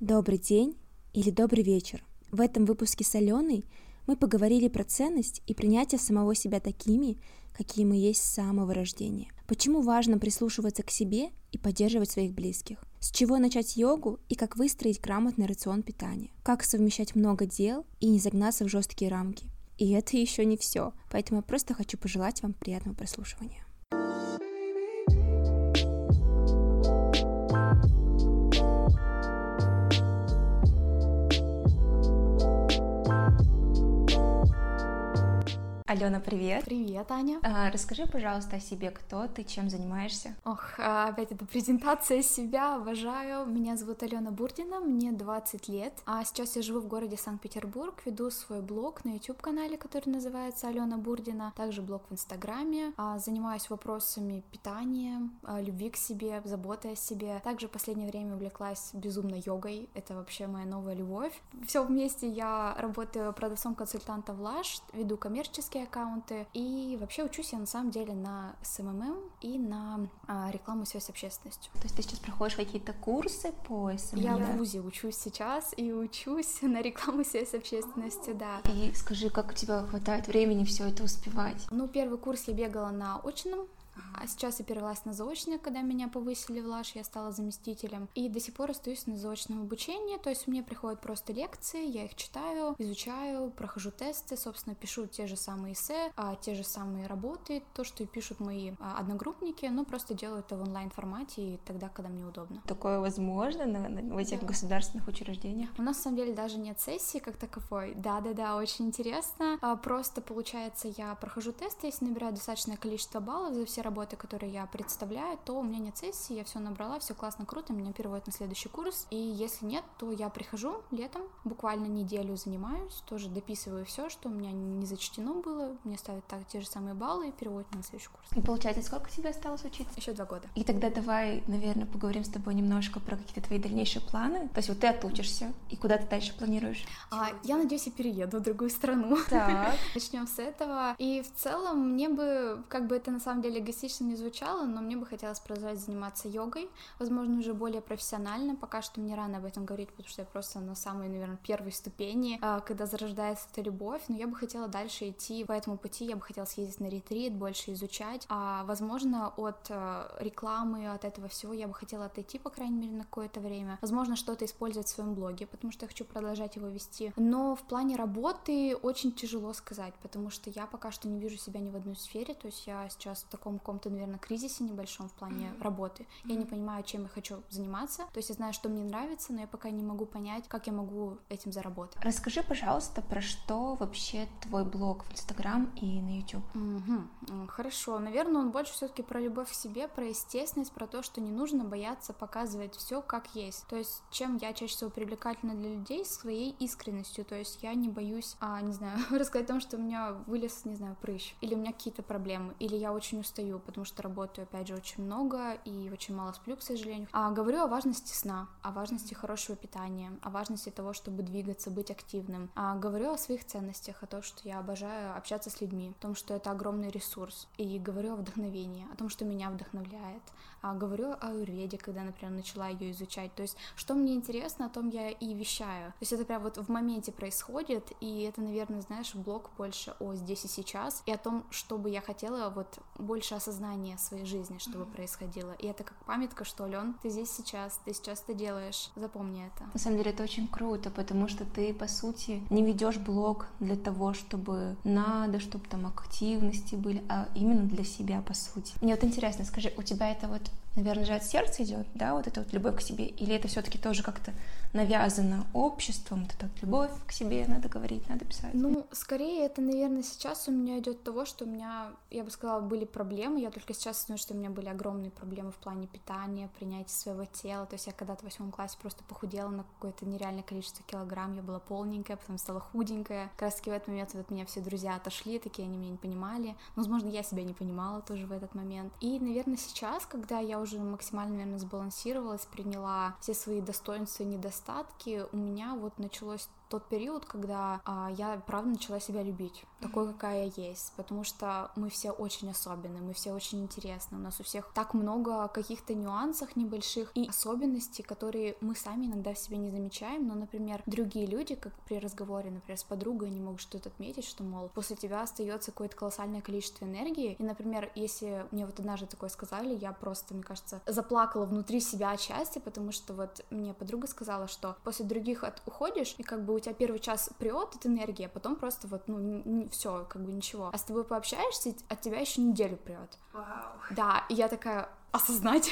Добрый день или добрый вечер. В этом выпуске с Аленой мы поговорили про ценность и принятие самого себя такими, какие мы есть с самого рождения. Почему важно прислушиваться к себе и поддерживать своих близких? С чего начать йогу и как выстроить грамотный рацион питания? Как совмещать много дел и не загнаться в жесткие рамки? И это еще не все, поэтому я просто хочу пожелать вам приятного прослушивания. Алена, привет. Привет, Аня. Расскажи, пожалуйста, о себе, кто ты, чем занимаешься. Опять эта презентация себя, обожаю. Меня зовут Алена Бурдина, мне 20 лет. Сейчас я живу в городе Санкт-Петербург, веду свой блог на YouTube-канале, который называется Алена Бурдина, также блог в Инстаграме. Занимаюсь вопросами питания, любви к себе, заботы о себе. Также в последнее время увлеклась безумно йогой, это вообще моя новая любовь. Все вместе я работаю продавцом-консультантом в Lush, веду коммерческие аккаунты, и вообще учусь я на самом деле на СММ и на рекламу и связь с общественностью. То есть ты сейчас проходишь какие-то курсы по СММ? Я в ВУЗе учусь сейчас и учусь на рекламу и связь с общественностью, да. И скажи, как у тебя хватает времени все это успевать? Первый курс я бегала на очном, а сейчас я перевелась на заочное, когда меня повысили в Lush, я стала заместителем. И до сих пор остаюсь на заочном обучении, то есть мне приходят просто лекции, я их читаю, изучаю, прохожу тесты, собственно, пишу те же самые эссе, те же самые работы, то, что и пишут мои одногруппники, но просто делаю это в онлайн-формате и тогда, когда мне удобно. Такое возможно в этих государственных учреждениях? У нас, на самом деле, даже нет сессии как таковой. Да-да-да, очень интересно. Просто, получается, я прохожу тесты, если набираю достаточное количество баллов за все работы, которые я представляю, то у меня нет сессии, я все набрала, все классно, круто, меня переводят на следующий курс, и если нет, то я прихожу летом, буквально неделю занимаюсь, тоже дописываю все, что у меня не зачтено было, мне ставят так те же самые баллы и переводят на следующий курс. И получается, сколько тебе осталось учиться? Еще 2 года. И тогда давай, наверное, поговорим с тобой немножко про какие-то твои дальнейшие планы. То есть вот ты отучишься, и куда ты дальше планируешь? Я надеюсь, я перееду в другую страну. Так. Начнем с этого. И в целом мне бы, как бы это на самом деле эгоистично не звучало, но мне бы хотелось продолжать заниматься йогой, возможно, уже более профессионально. Пока что мне рано об этом говорить, потому что я просто на самой, наверное, первой ступени, когда зарождается эта любовь, но я бы хотела дальше идти по этому пути, я бы хотела съездить на ретрит, больше изучать, возможно, от рекламы, от этого всего я бы хотела отойти, по крайней мере, на какое-то время, возможно, что-то использовать в своем блоге, потому что я хочу продолжать его вести, но в плане работы очень тяжело сказать, потому что я пока что не вижу себя ни в одной сфере, то есть я сейчас в таком каком-то, наверное, кризисе небольшом в плане работы. Я не понимаю, чем я хочу заниматься. То есть я знаю, что мне нравится, но я пока не могу понять, как я могу этим заработать. Расскажи, пожалуйста, про что вообще твой блог в Инстаграм и на YouTube? Хорошо. Наверное, он больше все-таки про любовь к себе, про естественность, про то, что не нужно бояться показывать все как есть. То есть чем я чаще всего привлекательна для людей? Своей искренностью. То есть я не боюсь, не знаю, рассказать о том, что у меня вылез, не знаю, прыщ, или у меня какие-то проблемы, или я очень устаю, потому что работаю, опять же, очень много и очень мало сплю, к сожалению. Говорю о важности сна, о важности хорошего питания, о важности того, чтобы двигаться, быть активным. Говорю о своих ценностях, о том, что я обожаю общаться с людьми, о том, что это огромный ресурс. И говорю о вдохновении, о том, что меня вдохновляет. Говорю о аюрведе, когда, например, начала ее изучать. То есть, что мне интересно, о том я и вещаю. То есть это прям вот в моменте происходит, и это, наверное, знаешь, блог больше о здесь и сейчас, и о том, что бы я хотела, вот больше осознания своей жизни, чтобы происходило. И это как памятка, что, Ален, ты здесь сейчас, ты сейчас это делаешь, запомни это. На самом деле это очень круто, потому что ты, по сути, не ведешь блог для того, чтобы чтобы там активности были, а именно для себя, по сути. Мне вот интересно, скажи, у тебя это вот, наверное, же от сердца идет, да, вот эта вот любовь к себе, или это все-таки тоже как-то навязано обществом, вот эта вот любовь к себе, надо говорить, надо писать? Скорее это, наверное, сейчас у меня идет того, что у меня, я бы сказала, были проблемы, я только сейчас знаю, что у меня были огромные проблемы в плане питания, принятия своего тела, то есть я когда-то в 8 классе просто похудела на какое-то нереальное количество килограмм, я была полненькая, потом стала худенькая, как раз таки в этот момент от меня все друзья отошли, такие они меня не понимали, возможно, я себя не понимала тоже в этот момент, и, наверное, сейчас, когда я уже максимально, наверное, сбалансировалась, приняла все свои достоинства и недостатки, у меня вот началось тот период, когда я, правда, начала себя любить, такой, какая я есть, потому что мы все очень особенные, мы все очень интересны, у нас у всех так много каких-то нюансов небольших и особенностей, которые мы сами иногда в себе не замечаем, но, например, другие люди, как при разговоре, например, с подругой, они могут что-то отметить, что, мол, после тебя остается какое-то колоссальное количество энергии, и, например, если мне вот однажды такое сказали, я просто, мне кажется, заплакала внутри себя от счастья, потому что вот мне подруга сказала, что после других уходишь, и как бы у тебя первый час прет от энергии, а потом просто вот, ну, все, как бы ничего. А с тобой пообщаешься, и от тебя еще неделю прет. Вау. Да, и я такая, осознать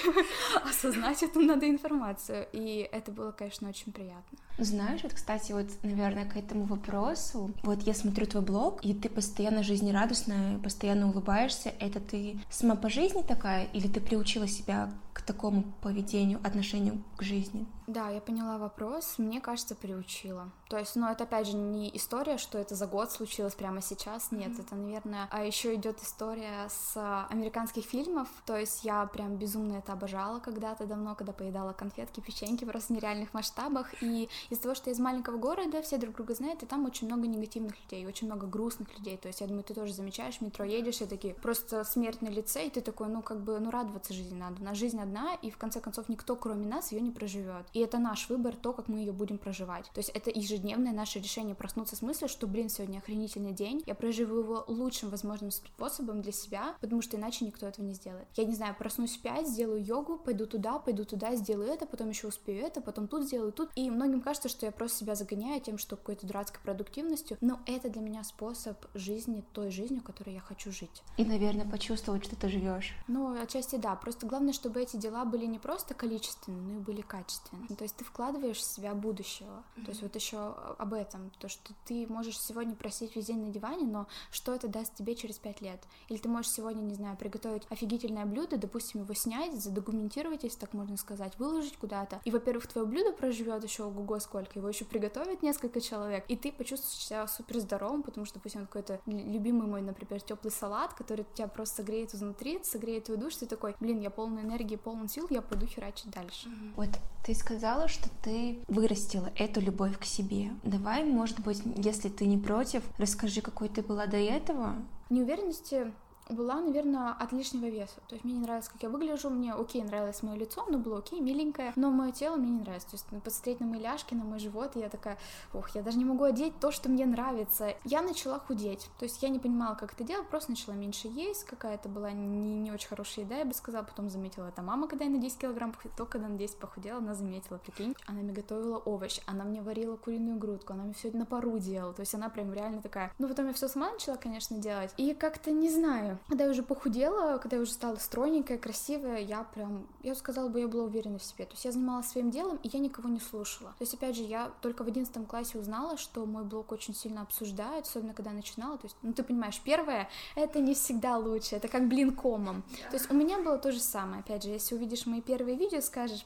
эту надо информацию, и это было, конечно, очень приятно. Знаешь, вот, кстати, вот, наверное, к этому вопросу, вот я смотрю твой блог, и ты постоянно жизнерадостная, постоянно улыбаешься, это ты сама по жизни такая, или ты приучила себя к такому поведению, отношению к жизни? Да, я поняла вопрос, мне кажется, приучила. То есть, ну, это, опять же, не история, что это за год случилось прямо сейчас, нет, это, наверное, еще идет история с американских фильмов, то есть я прям безумно это обожала когда-то давно, когда поедала конфетки, печеньки просто в нереальных масштабах, и из-за того, что я из маленького города, все друг друга знают, и там очень много негативных людей, очень много грустных людей, то есть, я думаю, ты тоже замечаешь, в метро едешь, и такие, просто смерть на лице, и ты такой, ну, как бы, ну, радоваться жизни надо, у нас жизнь одна, и, в конце концов, никто, кроме нас, ее не проживет, и это наш выбор, то, как мы ее будем проживать, то есть, это ежедневное наше решение проснуться с мыслью, что, блин, сегодня охренительный день, я проживу его лучшим возможным способом для себя, потому что иначе никто этого не сделает. Я не знаю, проснусь в 5, сделаю йогу, пойду туда, сделаю это, потом еще успею это, потом тут сделаю тут, и многим кажется, что я просто себя загоняю тем, что какой-то дурацкой продуктивностью, но это для меня способ жизни, той жизнью, которой я хочу жить. И, наверное, почувствовать, что ты живешь. Ну, отчасти да, просто главное, чтобы эти дела были не просто количественные, но и были качественные. То есть ты вкладываешь в себя будущего. То есть вот еще об этом, то, что ты можешь сегодня просидеть весь день на диване, но что это даст тебе через 5 лет? Или ты можешь сегодня, не знаю, приготовить офигительное блюдо, допустим, его снять, задокументировать, если так можно сказать, выложить куда-то. И, во-первых, твое блюдо проживет еще ого-го сколько, его еще приготовит несколько человек, и ты почувствуешь себя супер здоровым, потому что, допустим, какой-то любимый мой, например, теплый салат, который тебя просто согреет изнутри, согреет твою душу, ты такой, блин, я полна энергии, полон сил, я пойду херачить дальше. Вот ты сказала, что ты вырастила эту любовь к себе. Давай, может быть, если ты не против, расскажи, какой ты была до этого. Неуверенности была, наверное, от лишнего веса. То есть мне не нравилось, как я выгляжу, мне окей, нравилось мое лицо, оно было окей, миленькое, но мое тело мне не нравится. То есть посмотреть на мои ляжки, на мой живот, и я такая, я даже не могу одеть то, что мне нравится. Я начала худеть. То есть я не понимала, как это делать, просто начала меньше есть, какая-то была не очень хорошая еда, я бы сказала, потом заметила это мама, когда я на 10 килограмм похудела, только когда на 10 похудела, она заметила, прикинь. Она мне готовила овощ, она мне варила куриную грудку, она мне все это на пару делала, то есть она прям реально такая. Ну, потом я все сама начала, конечно, делать, и как-то, не знаю, когда я уже похудела, когда я уже стала стройненькая, красивая, я сказала бы, я была уверена в себе. То есть я занималась своим делом, и я никого не слушала. То есть, опять же, я только в 11 классе узнала, что мой блог очень сильно обсуждают, особенно когда я начинала. То есть, ну, ты понимаешь, первое, это не всегда лучше, это как блин комом. То есть у меня было то же самое. Опять же, если увидишь мои первые видео, скажешь...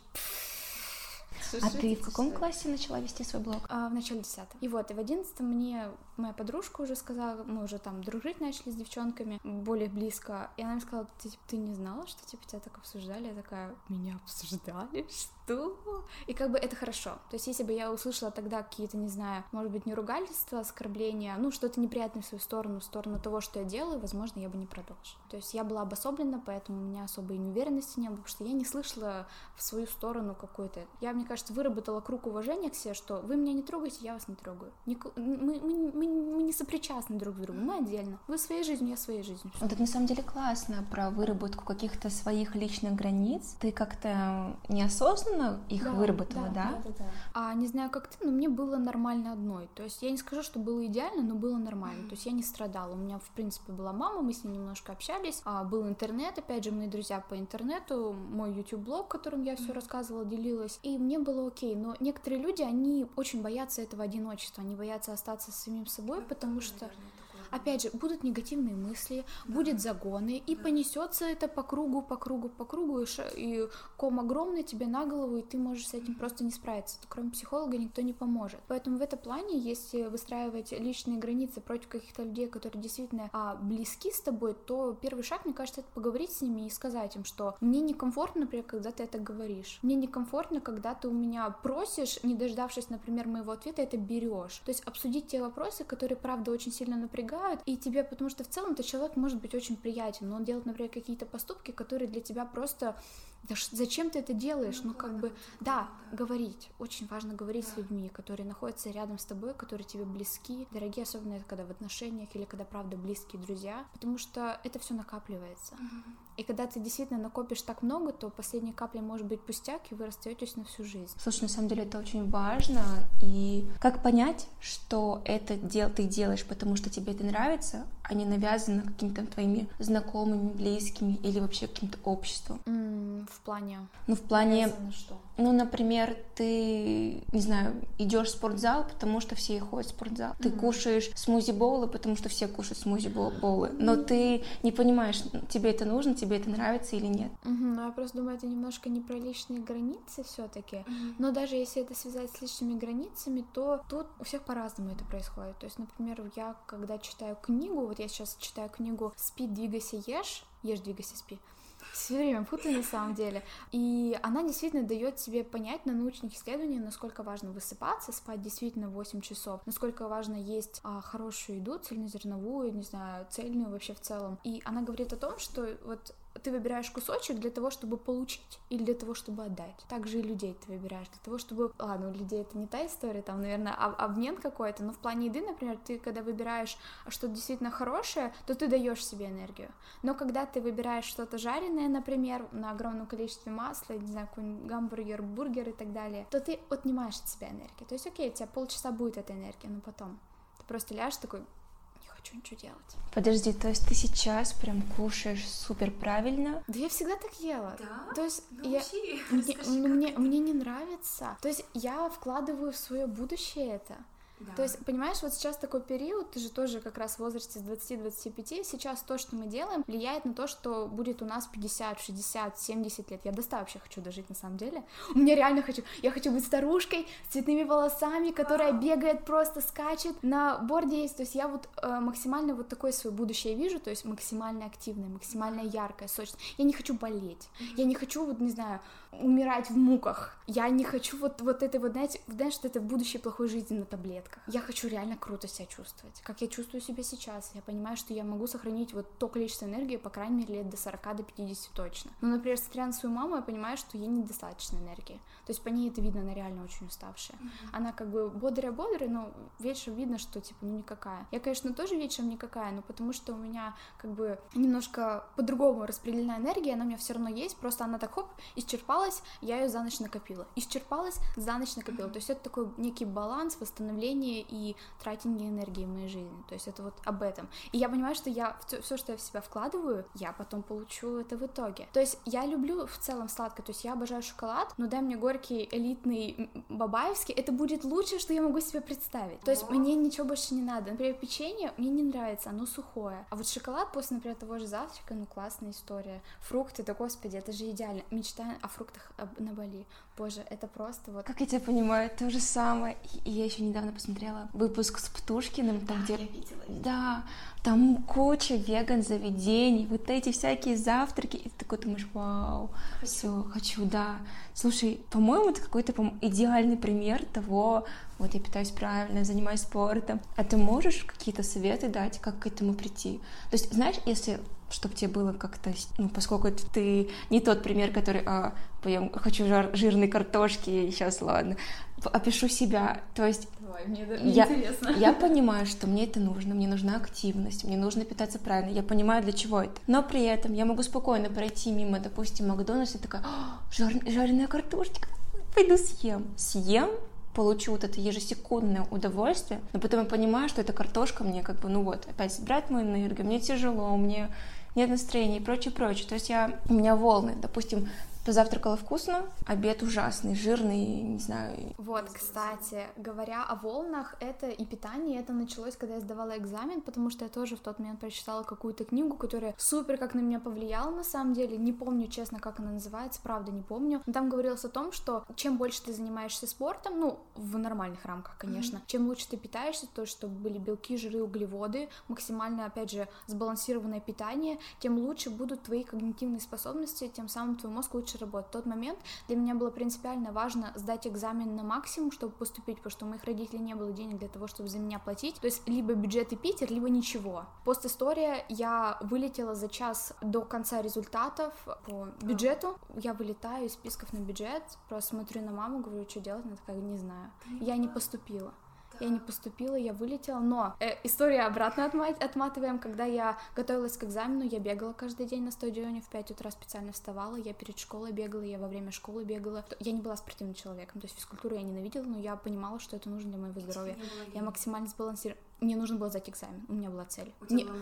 А ты в каком классе начала вести свой блог? В начале 10. И вот, и в 11 мне моя подружка уже сказала, мы уже там дружить начали с девчонками более близко, и она мне сказала, ты не знала, что тебя так обсуждали? Я такая, меня обсуждали? Что? И как бы это хорошо. То есть если бы я услышала тогда какие-то, не знаю, может быть, не ругательства, оскорбления, ну, что-то неприятное в свою сторону, в сторону того, что я делаю, возможно, я бы не продолжила. То есть я была обособлена, поэтому у меня особой неуверенности не было, потому что я не слышала в свою сторону какой-то... Я, мне кажется, выработала круг уважения к себе, что вы меня не трогаете, я вас не трогаю. Мы не сопричастны друг к другу, мы отдельно. Вы своей жизнью, я своей жизнью. Вот это на самом деле классно, про выработку каких-то своих личных границ. Ты как-то неосознанно их выработала, да? Да. Не знаю, как ты, но мне было нормально одной. То есть я не скажу, что было идеально, но было нормально. То есть я не страдала. У меня, в принципе, была мама, мы с ней немножко общались. Был интернет, опять же, мои друзья по интернету, мой YouTube-блог, которым я все рассказывала, делилась. И мне было окей. Но некоторые люди, они очень боятся этого одиночества, они боятся остаться с самим собой, потому что... опять же, будут негативные мысли, будет загоны, и понесется это по кругу, и ком огромный тебе на голову, и ты можешь с этим просто не справиться. Кроме психолога никто не поможет. Поэтому в этом плане, если выстраивать личные границы против каких-то людей, которые действительно близки с тобой, то первый шаг, мне кажется, это поговорить с ними и сказать им, что мне некомфортно, например, когда ты это говоришь. Мне некомфортно, когда ты у меня просишь, не дождавшись, например, моего ответа, это берешь. То есть обсудить те вопросы, которые, правда, очень сильно напрягают, и тебе, потому что в целом этот человек может быть очень приятен, но он делает, например, какие-то поступки, которые для тебя просто... Да зачем ты это делаешь? Да, говорить. Очень важно говорить с людьми, которые находятся рядом с тобой, которые тебе близки, дорогие, особенно это когда в отношениях или когда, правда, близкие друзья, потому что это все накапливается. И когда ты действительно накопишь так много, то последней каплей может быть пустяк, и вы расстаетесь на всю жизнь. Слушай, на самом деле это очень важно. И как понять, что это ты делаешь, потому что тебе это нравится, а не навязано какими-то твоими знакомыми, близкими или вообще каким-то обществом? В плане? В плане... Что? Например, ты, не знаю, идешь в спортзал, потому что все ходят в спортзал. Ты кушаешь смузи-боулы, потому что все кушают смузи-боулы. Но ты не понимаешь, тебе это нужно, тебе это нравится или нет. Я просто думаю, это немножко не про личные границы все-таки. Но даже если это связать с личными границами, то тут у всех по-разному это происходит. То есть, например, я когда читаю книгу, вот я сейчас читаю книгу «Спи, двигайся, ешь», двигайся, спи. Все время путаю на самом деле. И она действительно дает тебе понять на научных исследованиях, насколько важно высыпаться, спать действительно 8 часов, насколько важно есть хорошую еду, цельнозерновую, не знаю, цельную вообще в целом. И она говорит о том, что вот ты выбираешь кусочек для того, чтобы получить, или для того, чтобы отдать. Также и людей ты выбираешь для того, чтобы... Ладно, у людей это не та история, там, наверное, обмен какой-то, но в плане еды, например, ты, когда выбираешь что-то действительно хорошее, то ты даешь себе энергию. Но когда ты выбираешь что-то жареное, например, на огромном количестве масла, не знаю, какой-нибудь гамбургер, бургер и так далее, то ты отнимаешь от себя энергию. То есть, окей, у тебя полчаса будет эта энергия, но потом ты просто ляжешь такой... хочу ничего делать. Подожди, то есть ты сейчас прям кушаешь супер правильно? Да я всегда так ела. Да? То есть Мне не нравится. То есть я вкладываю в свое будущее это. Да. То есть, понимаешь, вот сейчас такой период, ты же тоже как раз в возрасте с 20-25, сейчас то, что мы делаем, влияет на то, что будет у нас 50, 60, 70 лет. Я до 100 вообще хочу дожить, на самом деле. Я хочу быть старушкой с цветными волосами, которая бегает, просто скачет, на борде есть. То есть я вот максимально вот такое свое будущее вижу, то есть максимально активное, максимально яркое, сочное. Я не хочу болеть, я не хочу, вот не знаю, умирать в муках. Я не хочу вот это вот, знаешь, что это будущее плохой жизни на таблетках. Я хочу реально круто себя чувствовать, как я чувствую себя сейчас. Я понимаю, что я могу сохранить вот то количество энергии, по крайней мере, лет до 40, до 50 точно. Но, например, смотря на свою маму, я понимаю, что ей недостаточно энергии. То есть по ней это видно, она реально очень уставшая. Она как бы бодрая, но вечером видно, что типа, никакая. Я, конечно, тоже вечером никакая, но потому что у меня как бы немножко по-другому распределена энергия, она у меня все равно есть, просто она так хоп, исчерпалась, я ее за ночь накопила. Исчерпалась, за ночь накопила. То есть это такой некий баланс, восстановление и тратение энергии в моей жизни. То есть это вот об этом. И я понимаю, что я все, что я в себя вкладываю, я потом получу это в итоге. То есть я люблю в целом сладкое, то есть я обожаю шоколад, но дай мне горький, элитный, бабаевский, это будет лучшее, что я могу себе представить. То есть мне ничего больше не надо. Например, печенье мне не нравится, оно сухое. А вот шоколад после, например, того же завтрака, классная история. Фрукты, да господи, это же идеально. Мечтаю о фруктах на Бали. Боже, это просто вот... Как я тебя понимаю, то же самое. И я еще недавно посмотрела выпуск с Птушкиным, там где... Я видела. Да, там куча веган-заведений, вот эти всякие завтраки, и ты такой думаешь, вау, все, хочу, да. Слушай, по-моему, это какой-то идеальный пример того, вот я питаюсь правильно, занимаюсь спортом. А ты можешь какие-то советы дать, как к этому прийти? То есть, знаешь, если... чтобы тебе было как-то, поскольку ты не тот пример, который, хочу жирной картошки, сейчас, ладно, опишу себя, то есть Давай, мне интересно. Я понимаю, что мне это нужно, мне нужна активность, мне нужно питаться правильно, я понимаю, для чего это, но при этом я могу спокойно пройти мимо, допустим, Макдональдса и такая, жареная картошечка, пойду съем, получу вот это ежесекундное удовольствие, но потом я понимаю, что эта картошка мне как бы, опять забирает мою энергию, мне тяжело, мне нет настроения и прочее. То есть у меня волны, допустим, Позавтракала вкусно, обед ужасный, жирный, не знаю. Вот, кстати, говоря о волнах, это и питание, это началось, когда я сдавала экзамен, потому что я тоже в тот момент прочитала какую-то книгу, которая супер как на меня повлияла, на самом деле, не помню, честно, как она называется, правда, не помню, но там говорилось о том, что чем больше ты занимаешься спортом, ну, в нормальных рамках, конечно, чем лучше ты питаешься, то, чтобы были белки, жиры, углеводы, максимально, опять же, сбалансированное питание, тем лучше будут твои когнитивные способности, тем самым твой мозг лучше работает. В тот момент для меня было принципиально важно сдать экзамен на максимум, чтобы поступить, потому что у моих родителей не было денег для того, чтобы за меня платить, то есть либо бюджет и Питер, либо ничего. Постистория, я вылетела за час до конца результатов по бюджету, я вылетаю из списков на бюджет, просто смотрю на маму, говорю, что делать, она такая, не знаю, я не поступила. Я не поступила, я вылетела, но история обратно отматываем, когда я готовилась к экзамену, я бегала каждый день на стадионе, в 5 утра специально вставала, я перед школой бегала, я во время школы бегала, я не была спортивным человеком, то есть физкультуру я ненавидела, но я понимала, что это нужно для моего здоровья, я максимально сбалансировала, мне нужно было сдать экзамен, у меня была цель,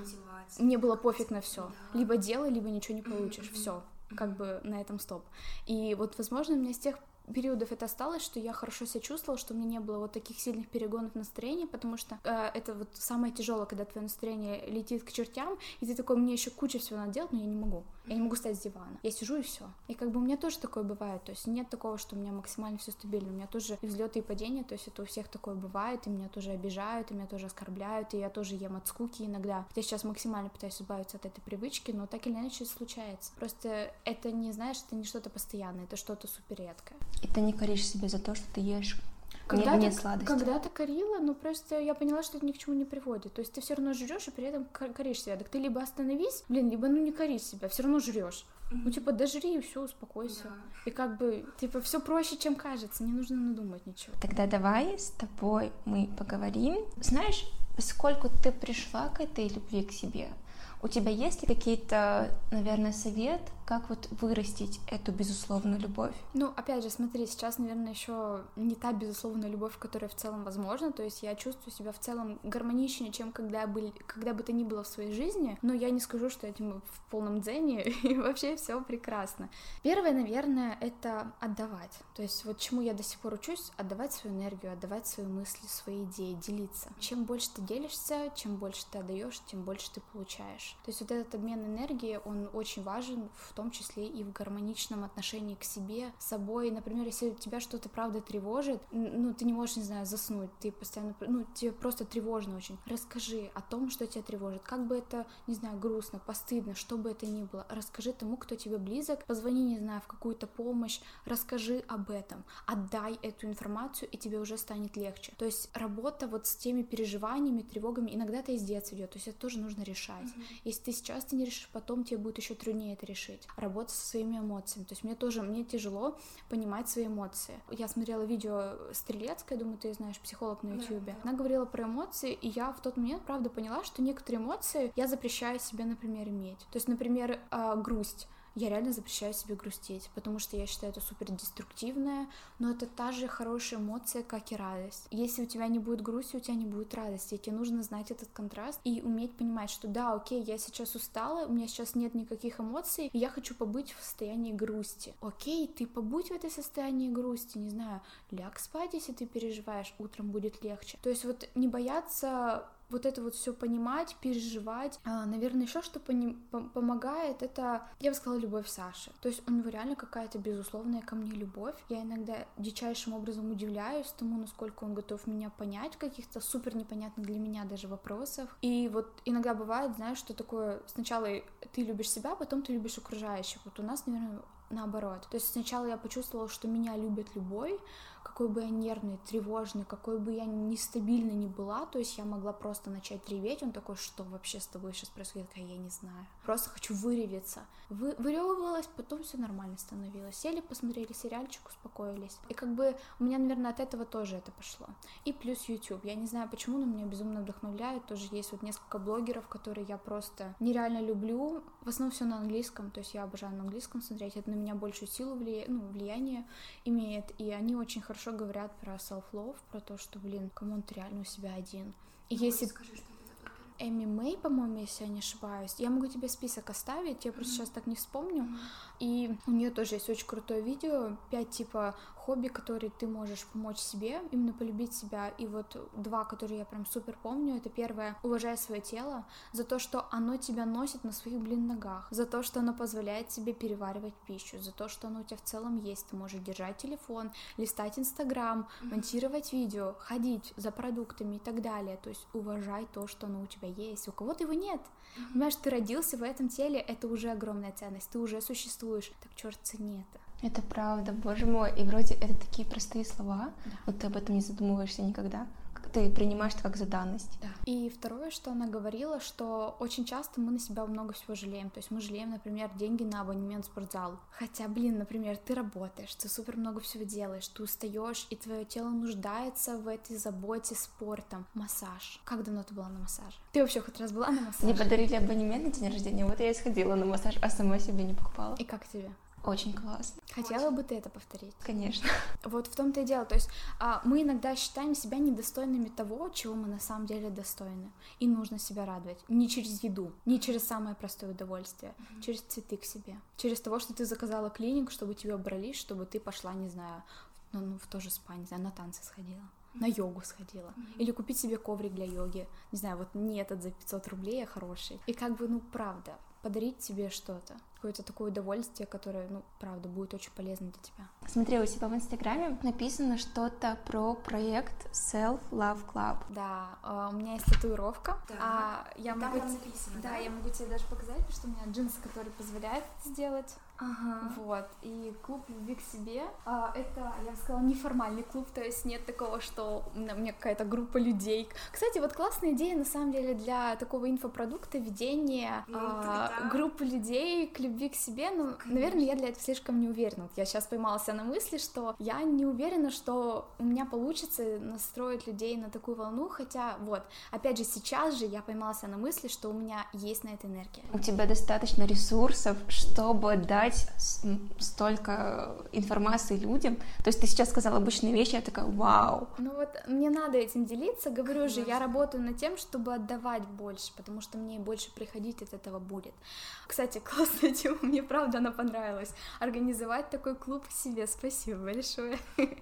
мне было пофиг на все, либо делай, либо ничего не получишь, все, как бы на этом стоп, и вот, возможно, у меня с тех периодов это осталось, что я хорошо себя чувствовала, что у меня не было вот таких сильных перегонов настроения, потому что это вот самое тяжелое, когда твое настроение летит к чертям, и ты такой, мне еще куча всего надо делать, но я не могу встать с дивана, я сижу и все. И как бы у меня тоже такое бывает, то есть нет такого, что у меня максимально все стабильно, у меня тоже и взлеты, и падения, то есть это у всех такое бывает, и меня тоже обижают, и меня тоже оскорбляют, и я тоже ем от скуки иногда. Я сейчас максимально пытаюсь избавиться от этой привычки, но так или иначе случается. Просто это не, знаешь, это не что-то постоянное, это что-то супер редкое. И ты не коришь себя за то, что ты ешь не сладости. Когда-то корила, но просто я поняла, что это ни к чему не приводит. То есть ты все равно жрешь и при этом коришь себя. Так ты либо остановись, либо не кори себя, все равно жрешь. Ну, типа, дожри и все, успокойся. Да. И как бы, типа, все проще, чем кажется, не нужно надумать ничего. Тогда давай с тобой мы поговорим. Знаешь, поскольку ты пришла к этой любви к себе, у тебя есть ли какие-то, наверное, совет, как вот вырастить эту безусловную любовь? Ну, опять же, смотри, сейчас, наверное, еще не та безусловная любовь, которая в целом возможна, то есть я чувствую себя в целом гармоничнее, чем когда бы то ни было в своей жизни, но я не скажу, что я в полном дзене, и вообще все прекрасно. Первое, наверное, это отдавать, то есть вот чему я до сих пор учусь, отдавать свою энергию, отдавать свои мысли, свои идеи, делиться. Чем больше ты делишься, чем больше ты отдаешь, тем больше ты получаешь. То есть вот этот обмен энергией, он очень важен, в том числе и в гармоничном отношении к себе, с собой. Например, если тебя что-то правда тревожит, ну, ты не можешь, не знаю, заснуть, ты постоянно, ну, тебе просто тревожно очень. Расскажи о том, что тебя тревожит. Как бы это, не знаю, грустно, постыдно, что бы это ни было. Расскажи тому, кто тебе близок, позвони, не знаю, в какую-то помощь, расскажи об этом, отдай эту информацию, и тебе уже станет легче. То есть работа вот с теми переживаниями, тревогами, иногда это из детства идет, то есть это тоже нужно решать. Если ты сейчас не решишь, потом тебе будет еще труднее это решить. Работа со своими эмоциями. То есть мне тяжело понимать свои эмоции. Я смотрела видео Стрелецкой, думаю, ты знаешь, психолог на Ютубе. Она говорила про эмоции, и я в тот момент, правда, поняла, что некоторые эмоции я запрещаю себе, например, иметь. То есть, например, грусть. Я реально запрещаю себе грустить, потому что я считаю это супер деструктивное, но это та же хорошая эмоция, как и радость. Если у тебя не будет грусти, у тебя не будет радости, и тебе нужно знать этот контраст и уметь понимать, что да, окей, я сейчас устала, у меня сейчас нет никаких эмоций, и я хочу побыть в состоянии грусти. Окей, ты побудь в этой состоянии грусти, не знаю, ляг спать, если ты переживаешь, утром будет легче. То есть вот не бояться вот это вот все понимать, переживать. Наверное, еще что помогает, это, я бы сказала, любовь Саши. То есть у него реально какая-то безусловная ко мне любовь. Я иногда дичайшим образом удивляюсь тому, насколько он готов меня понять в каких-то супер непонятных для меня даже вопросах. И вот иногда бывает, знаешь, что такое, сначала ты любишь себя, потом ты любишь окружающих. Вот у нас, наверное, наоборот. То есть сначала я почувствовала, что меня любит любой, какой бы я нервной, тревожной, какой бы я нестабильной ни была, то есть я могла просто начать реветь, он такой, что вообще с тобой сейчас происходит, я не знаю, просто хочу выревиться. Выревывалась, потом все нормально становилось, сели, посмотрели сериальчик, успокоились, и как бы у меня, наверное, от этого тоже это пошло. И плюс YouTube, я не знаю почему, но меня безумно вдохновляет, тоже есть вот несколько блогеров, которые я просто нереально люблю, в основном все на английском, то есть я обожаю на английском смотреть, это на меня большую силу влияние имеет, и они очень хорошо говорят про self-love, про то, что, камон, ты реально у себя один. И если... Скажи, что это такое Эми Мэй, по-моему, если я не ошибаюсь. Я могу тебе список оставить, я просто сейчас так не вспомню. И у нее тоже есть очень крутое видео, 5 типа хобби, которые ты можешь помочь себе, именно полюбить себя. И вот 2, которые я прям супер помню. Это первое: уважай свое тело за то, что оно тебя носит на своих, ногах, за то, что оно позволяет тебе переваривать пищу, за то, что оно у тебя в целом есть. Ты можешь держать телефон, листать Инстаграм, монтировать видео, ходить за продуктами и так далее. То есть уважай то, что оно у тебя есть. У кого-то его нет. Понимаешь, ты родился в этом теле, это уже огромная ценность, ты уже существуешь. Так черт, цени это. Это правда, боже мой. И вроде это такие простые слова, вот ты об этом не задумываешься никогда. Ты принимаешь это как за данность. Да. И второе, что она говорила, что очень часто мы на себя много всего жалеем. То есть мы жалеем, например, деньги на абонемент в спортзал. Хотя, например, ты работаешь, ты супер много всего делаешь, ты устаешь, и твое тело нуждается в этой заботе спортом. Массаж. Как давно ты была на массаже? Ты вообще хоть раз была на массаже? Мне подарили абонемент на день рождения, вот я и сходила на массаж, а сама себе не покупала. И как тебе? Очень классно. Хотела бы ты это повторить? Конечно. Вот в том-то и дело. То есть мы иногда считаем себя недостойными того, чего мы на самом деле достойны. И нужно себя радовать. Не через еду, не через самое простое удовольствие, через цветы к себе. Через того, что ты заказала клинику, чтобы тебя брали, чтобы ты пошла, не знаю, в то же спа, не знаю, на танцы сходила. На йогу сходила. Или купить себе коврик для йоги. Не знаю, вот не этот за 500 рублей, а хороший. И правда, подарить себе что-то, какое-то такое удовольствие, которое, правда, будет очень полезно для тебя. Смотри, у тебя в Инстаграме написано что-то про проект Self Love Club. Да, у меня есть татуировка. Да. Я могу тебе даже показать, потому что у меня джинсы, которые позволяют это сделать. Ага. Вот, и клуб любви к себе, это, я бы сказала, неформальный клуб, то есть нет такого, что у меня какая-то группа людей. Кстати, вот классная идея, на самом деле, для такого инфопродукта, ведения группы людей к любви к себе, наверное, я для этого слишком не уверена. Вот я сейчас поймалась на мысли, что я не уверена, что у меня получится настроить людей на такую волну, хотя, вот, опять же, сейчас же я поймалась на мысли, что у меня есть на это энергия. У тебя достаточно ресурсов, чтобы дать столько информации людям. То есть ты сейчас сказала обычные вещи, я такая, вау. Мне надо этим делиться, говорю же, я работаю над тем, чтобы отдавать больше, потому что мне больше приходить от этого будет. Кстати, классная тема, мне правда она понравилась. Организовать такой клуб к себе, спасибо большое.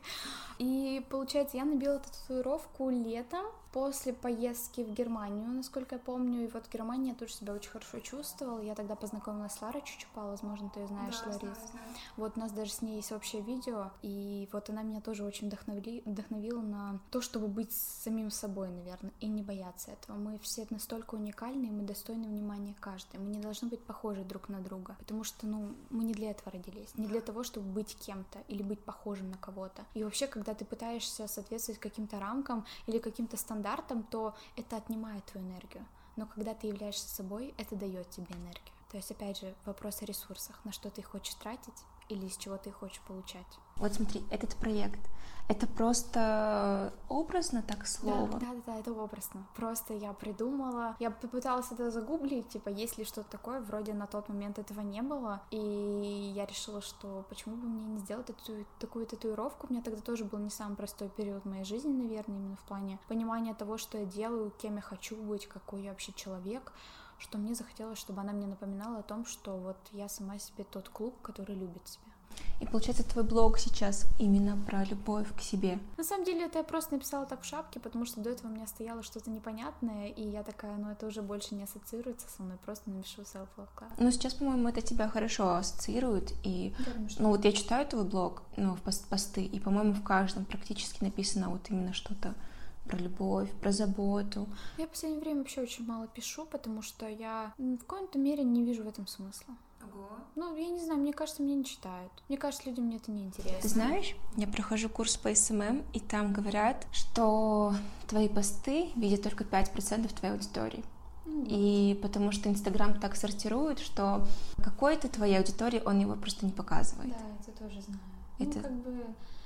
И получается, я набила эту татуировку летом, после поездки в Германию, насколько я помню, и вот в Германии я тоже себя очень хорошо чувствовала. Я тогда познакомилась с Ларой Чучупа, возможно, ты ее знаешь, да, Ларис. Знаю. Вот у нас даже с ней есть общее видео, и вот она меня тоже очень вдохновила на то, чтобы быть самим собой, наверное, и не бояться этого. Мы все настолько уникальны, мы достойны внимания каждый. Мы не должны быть похожи друг на друга, потому что, мы не для этого родились, не для того, чтобы быть кем-то или быть похожим на кого-то. И вообще, когда ты пытаешься соответствовать каким-то рамкам или каким-то стандартам, то это отнимает твою энергию. Но когда ты являешься собой, это дает тебе энергию. То есть, опять же, вопрос о ресурсах, на что ты их хочешь тратить или из чего ты их хочешь получать. Вот смотри, этот проект, это просто образно так слово? Да, это образно. Просто я придумала, я попыталась это загуглить, есть ли что-то такое, вроде на тот момент этого не было, и я решила, что почему бы мне не сделать такую татуировку. У меня тогда тоже был не самый простой период моей жизни, наверное, именно в плане понимания того, что я делаю, кем я хочу быть, какой я вообще человек, что мне захотелось, чтобы она мне напоминала о том, что вот я сама себе тот клуб, который любит себя. И получается, твой блог сейчас именно про любовь к себе. На самом деле, это я просто написала так в шапке, потому что до этого у меня стояло что-то непонятное, и я такая, это уже больше не ассоциируется со мной, просто напишу Self Love Club. Но сейчас, по-моему, это тебя хорошо ассоциирует, и, вот я читаю твой блог, в посты, и, по-моему, в каждом практически написано вот именно что-то про любовь, про заботу. Я в последнее время вообще очень мало пишу, потому что я в какой-то мере не вижу в этом смысла. Ого. Я не знаю, мне кажется, меня не читают. Мне кажется, людям мне это не интересно. Ты знаешь, я прохожу курс по СММ, и там говорят, что твои посты видят только 5% твоей аудитории. И потому что Инстаграм так сортирует, что какой-то твоей аудитории он его просто не показывает. Да, это тоже знаю. Это...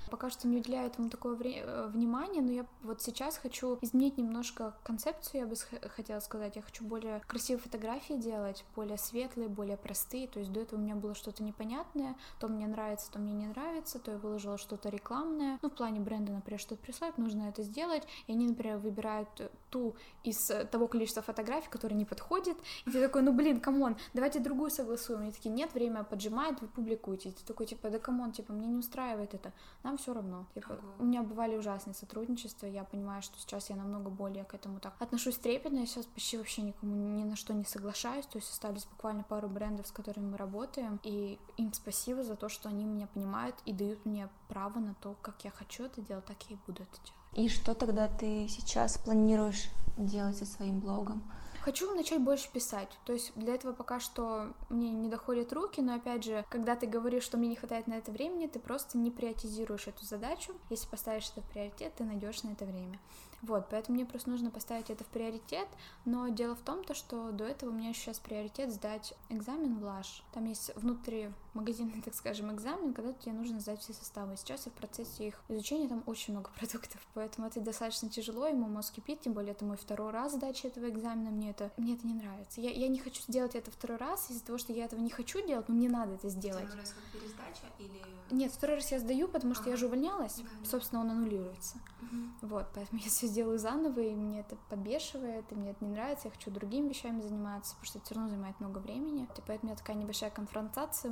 Пока что не уделяю этому такое внимания, но я вот сейчас хочу изменить немножко концепцию, я бы хотела сказать. Я хочу более красивые фотографии делать, более светлые, более простые. То есть до этого у меня было что-то непонятное, то мне нравится, то мне не нравится, то я выложила что-то рекламное. Ну, в плане бренда, например, что-то прислать, нужно это сделать. И они, например, выбирают ту из того количества фотографий, которые не подходят. И ты такой, ну, блин, камон, давайте другую согласуем. Они такие, нет, время поджимает, вы публикуете. И ты такой, типа, да камон, типа, мне не устраивает это. Нам все равно. Типа, у меня бывали ужасные сотрудничества, я понимаю, что сейчас я намного более к этому так отношусь трепетно, я сейчас почти вообще никому ни на что не соглашаюсь, то есть остались буквально пару брендов, с которыми мы работаем, и им спасибо за то, что они меня понимают и дают мне право на то, как я хочу это делать, так я и буду это делать. И что тогда ты сейчас планируешь делать со своим блогом? Хочу начать больше писать, то есть для этого пока что мне не доходят руки, но опять же, когда ты говоришь, что мне не хватает на это времени, ты просто не приоритизируешь эту задачу, если поставишь это в приоритет, ты найдешь на это время. Вот, поэтому мне просто нужно поставить это в приоритет, но дело в том, что до этого у меня еще сейчас приоритет сдать экзамен в ЛАШ. Там есть внутри магазинный, так скажем, экзамен, когда тебе нужно сдать все составы. Сейчас я в процессе их изучения, там очень много продуктов, поэтому это достаточно тяжело, ему мозг кипит, тем более это мой второй раз сдача этого экзамена, мне это не нравится. Я не хочу сделать это второй раз из-за того, что я этого не хочу делать, но мне надо это сделать. Второй раз как пересдача или... Нет, второй раз я сдаю, потому что я же увольнялась, собственно, он аннулируется. Вот, поэтому я все сделаю заново, и мне это подбешивает, и мне это не нравится, я хочу другими вещами заниматься, потому что это все равно занимает много времени, и поэтому у меня такая небольшая конфронтация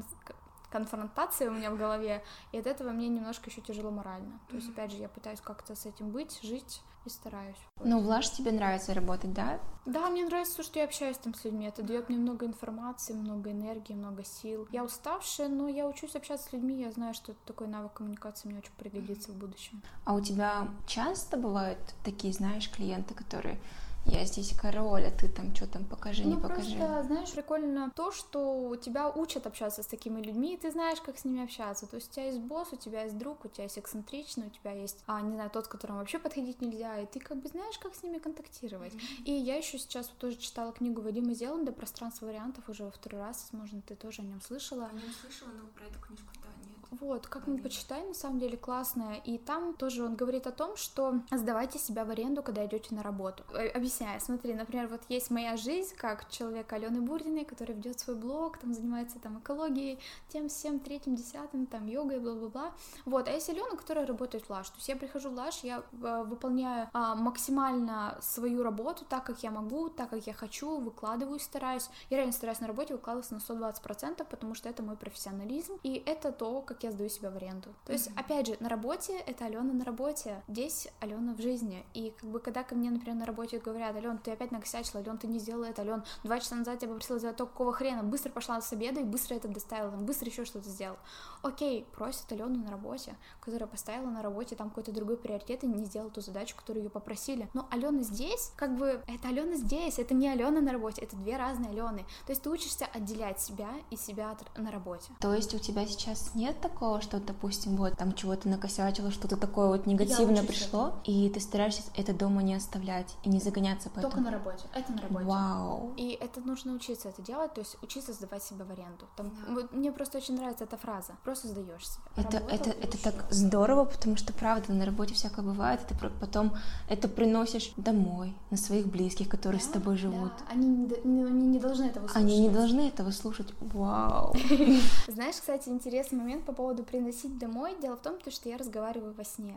у меня в голове, и от этого мне немножко еще тяжело морально. То есть, опять же, я пытаюсь как-то с этим быть, жить, и стараюсь. Но в ЛАШ тебе нравится работать, да? Да, мне нравится то, что я общаюсь там с людьми. Это дает мне много информации, много энергии, много сил. Я уставшая, но я учусь общаться с людьми. Я знаю, что такой навык коммуникации мне очень пригодится в будущем. А у тебя часто бывают такие, знаешь, клиенты, которые... Я здесь король, а ты там что там покажи, не покажи. Просто, знаешь, прикольно то, что тебя учат общаться с такими людьми, и ты знаешь, как с ними общаться. То есть у тебя есть босс, у тебя есть друг, у тебя есть эксцентричный, у тебя есть, не знаю, тот, с которым вообще подходить нельзя, и ты как бы знаешь, как с ними контактировать. И я еще сейчас тоже читала книгу Вадима Зеланда «Пространство вариантов» уже во второй раз, возможно, ты тоже о нем слышала. О нем слышала, но про эту книжку нет. Вот, как-нибудь почитай, на самом деле классная. И там тоже он говорит о том, что сдавайте себя в аренду, когда идете на работу. Объясняю, смотри, например, вот есть моя жизнь, как человека Алены Бурдиной, который ведет свой блог, там занимается там экологией, тем, всем, третьим, десятым, там йогой, бла-бла-бла. Вот, а есть Алена, которая работает в ЛАШ. То есть я прихожу в ЛАШ, я выполняю максимально свою работу так, как я могу, так, как я хочу, выкладываюсь, стараюсь. Я реально стараюсь на работе выкладываться на 120%, потому что это мой профессионализм, и это то, как я сдаю себя в аренду. То есть, опять же, на работе это Алена на работе, здесь Алена в жизни. И как бы когда ко мне, например, на работе говорят: Ален, ты опять накосячила, Ален, ты не сделала это, Ален, 2 часа назад я попросила сделать то, какого хрена, быстро пошла с обеда и быстро это доставила, там, быстро еще что-то сделал. Окей, просит Алену на работе, которая поставила на работе там какой-то другой приоритет и не сделала ту задачу, которую ее попросили. Но Алена здесь, как бы, это Алена здесь, это не Алена на работе, это 2 разные Алены. То есть ты учишься отделять себя и себя на работе. То есть у тебя сейчас нет такого, что, допустим, вот там чего-то накосячило, что-то такое вот негативно пришло, и ты стараешься это дома не оставлять и не загоняться потом? Только на работе, это на работе. Вау! И это нужно учиться это делать, то есть учиться сдавать себя в аренду. Там, вот, мне просто очень нравится эта фраза, просто сдаешь себя. Это так здорово, потому что, правда, на работе всякое бывает, и ты потом это приносишь домой, на своих близких, которые с тобой живут. Да. Они не должны этого слушать. Они не должны этого слушать. Вау! Знаешь, кстати, интересный момент по поводу приносить домой. Дело в том, что я разговариваю во сне.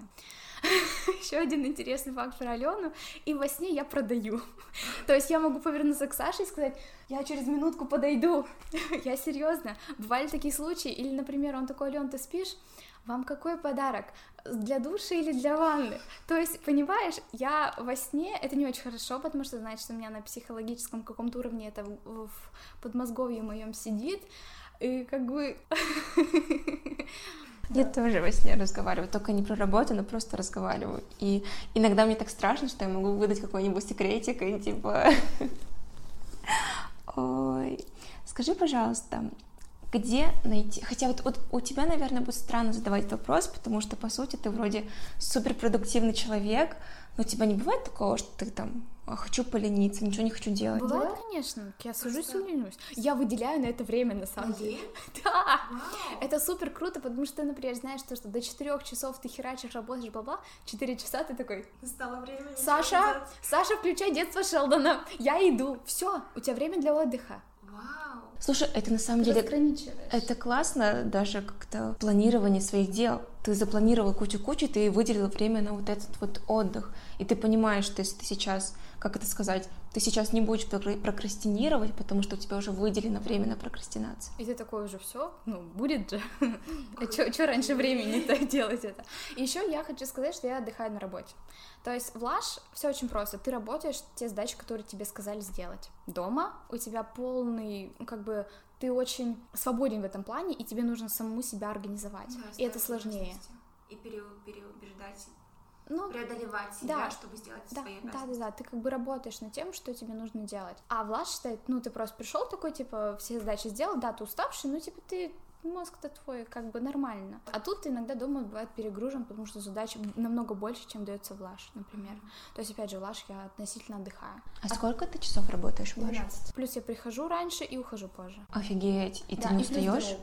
Еще один интересный факт про Алену. И во сне я продаю. То есть я могу повернуться к Саше и сказать: я через минутку подойду. Я серьезно. Бывали такие случаи. Или, например, он такой: Ален, ты спишь? Вам какой подарок? Для душа или для ванны? То есть, понимаешь, я во сне, это не очень хорошо, потому что значит, что у меня на психологическом каком-то уровне это в подмозговье моем сидит, и как бы... Я тоже во сне разговариваю, только не про работу, но просто разговариваю. И иногда мне так страшно, что я могу выдать какой-нибудь секретик, и типа... Ой, скажи, пожалуйста, где найти... Хотя вот у тебя, наверное, будет странно задавать вопрос, потому что, по сути, ты вроде суперпродуктивный человек, но у тебя не бывает такого, что ты там хочу полениться, ничего не хочу делать. Бывает, конечно, я сажусь и ленюсь. Я выделяю на это время, на самом деле. Да, это супер круто, потому что ты, например, знаешь, что до 4 часов ты херачишь, работаешь, бла-бла, 4 часа ты такой: Настало время. Саша, включай детство Шелдона, я иду, все, у тебя время для отдыха. Вау. Слушай, это на самом деле, это классно, даже как-то планирование своих дел. Ты запланировал кучу-кучу, ты выделил время на вот этот вот отдых, и ты понимаешь, что если ты сейчас, как это сказать, ты сейчас не будешь прокрастинировать, потому что у тебя уже выделено время на прокрастинацию. И ты такой уже: все, будет же. А что раньше времени так делать это? И еще я хочу сказать, что я отдыхаю на работе. То есть в Lush все очень просто. Ты работаешь те задачи, которые тебе сказали сделать. Дома у тебя полный, ты очень свободен в этом плане, и тебе нужно самому себя организовать. Да, и это сложнее. И переубеждать, преодолевать себя, да, чтобы сделать свои обязанности. Да, ты работаешь над тем, что тебе нужно делать. А в Lush считает, ты просто пришел такой, все задачи сделал, да, ты уставший, ты мозг-то твой нормально. А тут ты иногда дома бывает перегружен, потому что задач намного больше, чем дается в Lush, например. То есть, опять же, в Lush я относительно отдыхаю. А сколько ты часов работаешь в Lush? 12. Плюс я прихожу раньше и ухожу позже. Офигеть, и ты не устаешь?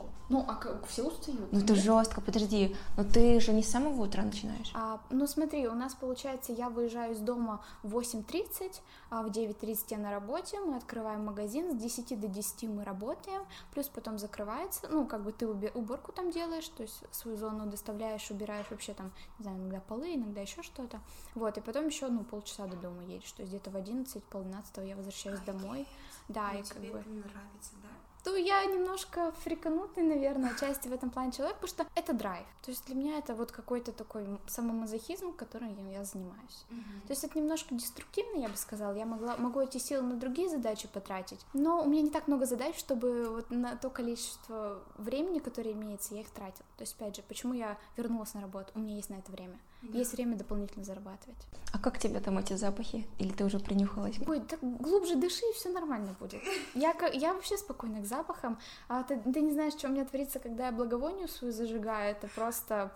Все устают. Это жестко, подожди, но ты же не с самого утра начинаешь. Смотри, у нас получается, я выезжаю из дома в 8:30, а в 9:30 я на работе, мы открываем магазин, с 10 до 10 мы работаем, плюс потом закрывается, ты уборку там делаешь, то есть свою зону доставляешь, убираешь вообще там, не знаю, иногда полы, иногда еще что-то, и потом еще, полчаса до дома едешь, то есть где-то в 11, 10:30 я возвращаюсь домой, да, и тебе это нравится, да? Я немножко фриканутый, наверное, отчасти в этом плане человек, потому что это драйв. То есть для меня это какой-то такой самомазохизм, которым я занимаюсь. То есть это немножко деструктивно, я бы сказала. Я могу эти силы на другие задачи потратить, но у меня не так много задач, чтобы на то количество времени, которое имеется, я их тратила. То есть, опять же, почему я вернулась на работу? У меня есть на это время. Есть время дополнительно зарабатывать. А как тебе там эти запахи? Или ты уже принюхалась? Ой, так глубже дыши, и все нормально будет. Я вообще спокойна к запахам. Ты не знаешь, что у меня творится, когда я благовонию свою зажигаю. Это просто...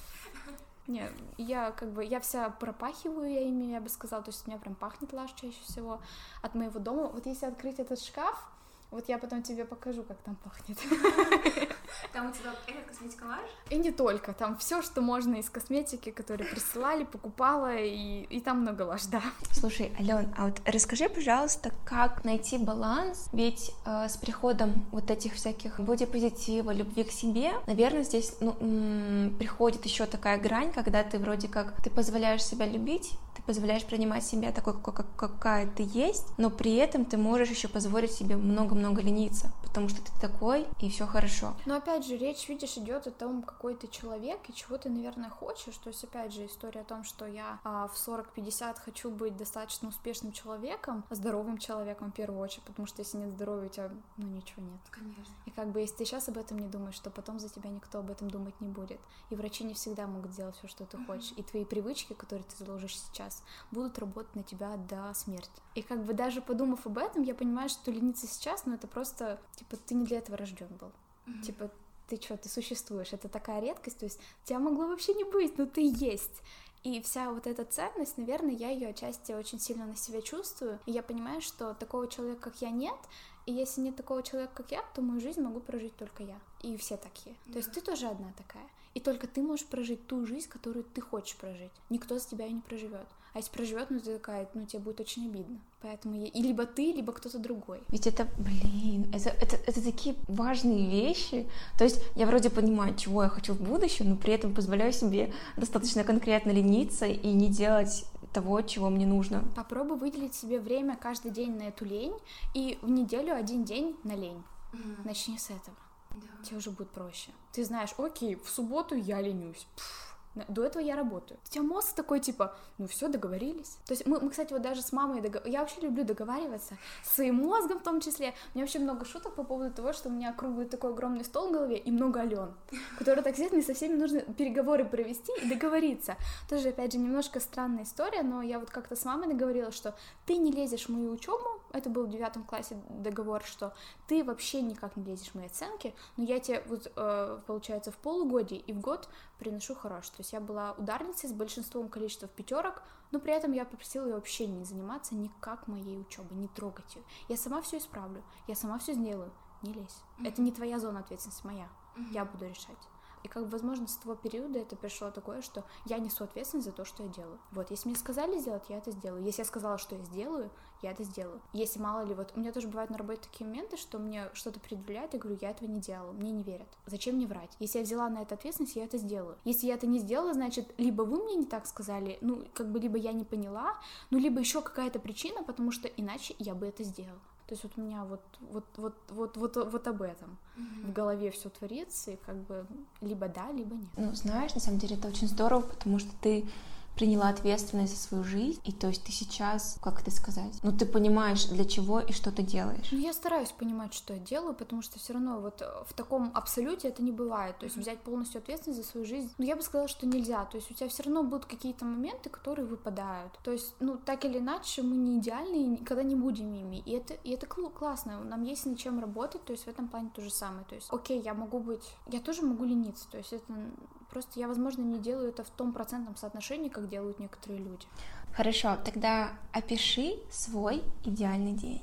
Нет, я вся пропахиваю я ими, я бы сказала. То есть у меня прям пахнет Lush чаще всего от моего дома. Если открыть этот шкаф, я потом тебе покажу, как там пахнет. Там у тебя этот косметика Lush? И не только, там все, что можно из косметики, которые присылали, покупала, и там много Lush, да. Слушай, Алён, а расскажи, пожалуйста, как найти баланс, ведь с приходом этих всяких бодипозитива, любви к себе, наверное, здесь приходит еще такая грань, когда ты вроде как, ты позволяешь себя любить, ты позволяешь принимать себя такой, какая ты есть, но при этом ты можешь еще позволить себе много-много лениться, потому что ты такой, и все хорошо. Но опять же, речь, видишь, идет о том, какой ты человек и чего ты, наверное, хочешь. То есть, опять же, история о том, что я в 40-50 хочу быть достаточно успешным человеком, здоровым человеком в первую очередь, потому что если нет здоровья, у тебя, ничего нет. Конечно. И если ты сейчас об этом не думаешь, то потом за тебя никто об этом думать не будет. И врачи не всегда могут сделать все, что ты хочешь. И твои привычки, которые ты заложишь сейчас, будут работать на тебя до смерти. И даже подумав об этом, я понимаю, что лениться сейчас, это просто, ты не для этого рожден был. Ты что, ты существуешь, это такая редкость, то есть тебя могло вообще не быть, но ты есть. И вся эта ценность, наверное, я ее отчасти очень сильно на себя чувствую, и я понимаю, что такого человека, как я, нет, и если нет такого человека, как я, то мою жизнь могу прожить только я, и все такие. То есть ты тоже одна такая, и только ты можешь прожить ту жизнь, которую ты хочешь прожить, никто за тебя ее не проживет. А если проживет, ты такая, тебе будет очень обидно. Поэтому и либо ты, либо кто-то другой. Ведь это такие важные вещи. То есть я вроде понимаю, чего я хочу в будущем, но при этом позволяю себе достаточно конкретно лениться и не делать того, чего мне нужно. Попробуй выделить себе время каждый день на эту лень, и в неделю 1 день на лень. Начни с этого. Да. Тебе уже будет проще. Ты знаешь, окей, в субботу я ленюсь. До этого я работаю. У тебя мозг такой, все, договорились. То есть мы кстати, даже с мамой я вообще люблю договариваться, с своим мозгом в том числе. У меня вообще много шуток по поводу того, что у меня круглый такой огромный стол в голове и много Ален, которые так сидят, мне со всеми нужно переговоры провести и договориться. Тоже, опять же, немножко странная история, но я как-то с мамой договорилась, что ты не лезешь в мою учебу, это был в 9 классе договор, что ты вообще никак не лезешь в мои оценки, но я тебе вот, получается, в полугодие и в год приношу хорошее. То есть я была ударницей с большинством количества пятерок, но при этом я попросила ее вообще не заниматься никак моей учебой, не трогать ее. Я сама все исправлю, я сама все сделаю, не лезь. Это не твоя зона ответственности, моя. Я буду решать. И как бы, возможно, с того периода это пришло такое, что я несу ответственность за то, что я делаю. Вот, если мне сказали сделать, я это сделаю. Если я сказала, что я сделаю, я это сделаю. Если мало ли, вот у меня тоже бывают на работе такие моменты, что мне что-то предъявляют, я говорю, я этого не делала, мне не верят. Зачем мне врать? Если я взяла на это ответственность, я это сделаю. Если я это не сделала, значит, либо вы мне не так сказали, ну, как бы, либо я не поняла, ну, либо еще какая-то причина, потому что иначе я бы это сделала. То есть вот у меня вот об этом в голове все творится, и как бы либо да, либо нет. Ну, знаешь, на самом деле это очень здорово, потому что ты приняла ответственность за свою жизнь, и то есть ты сейчас, как это сказать, ну ты понимаешь, для чего и что ты делаешь. Ну, я стараюсь понимать, что я делаю, потому что все равно вот в таком абсолюте это не бывает, то есть взять полностью ответственность за свою жизнь, ну, я бы сказала, что нельзя, то есть у тебя все равно будут какие-то моменты, которые выпадают, то есть, ну, так или иначе, мы не идеальны и никогда не будем ими, и это классно, нам есть над чем работать, то есть в этом плане то же самое, то есть, окей, я тоже могу лениться, то есть это... Просто я, возможно, не делаю это в том процентном соотношении, как делают некоторые люди. Хорошо, тогда опиши свой идеальный день.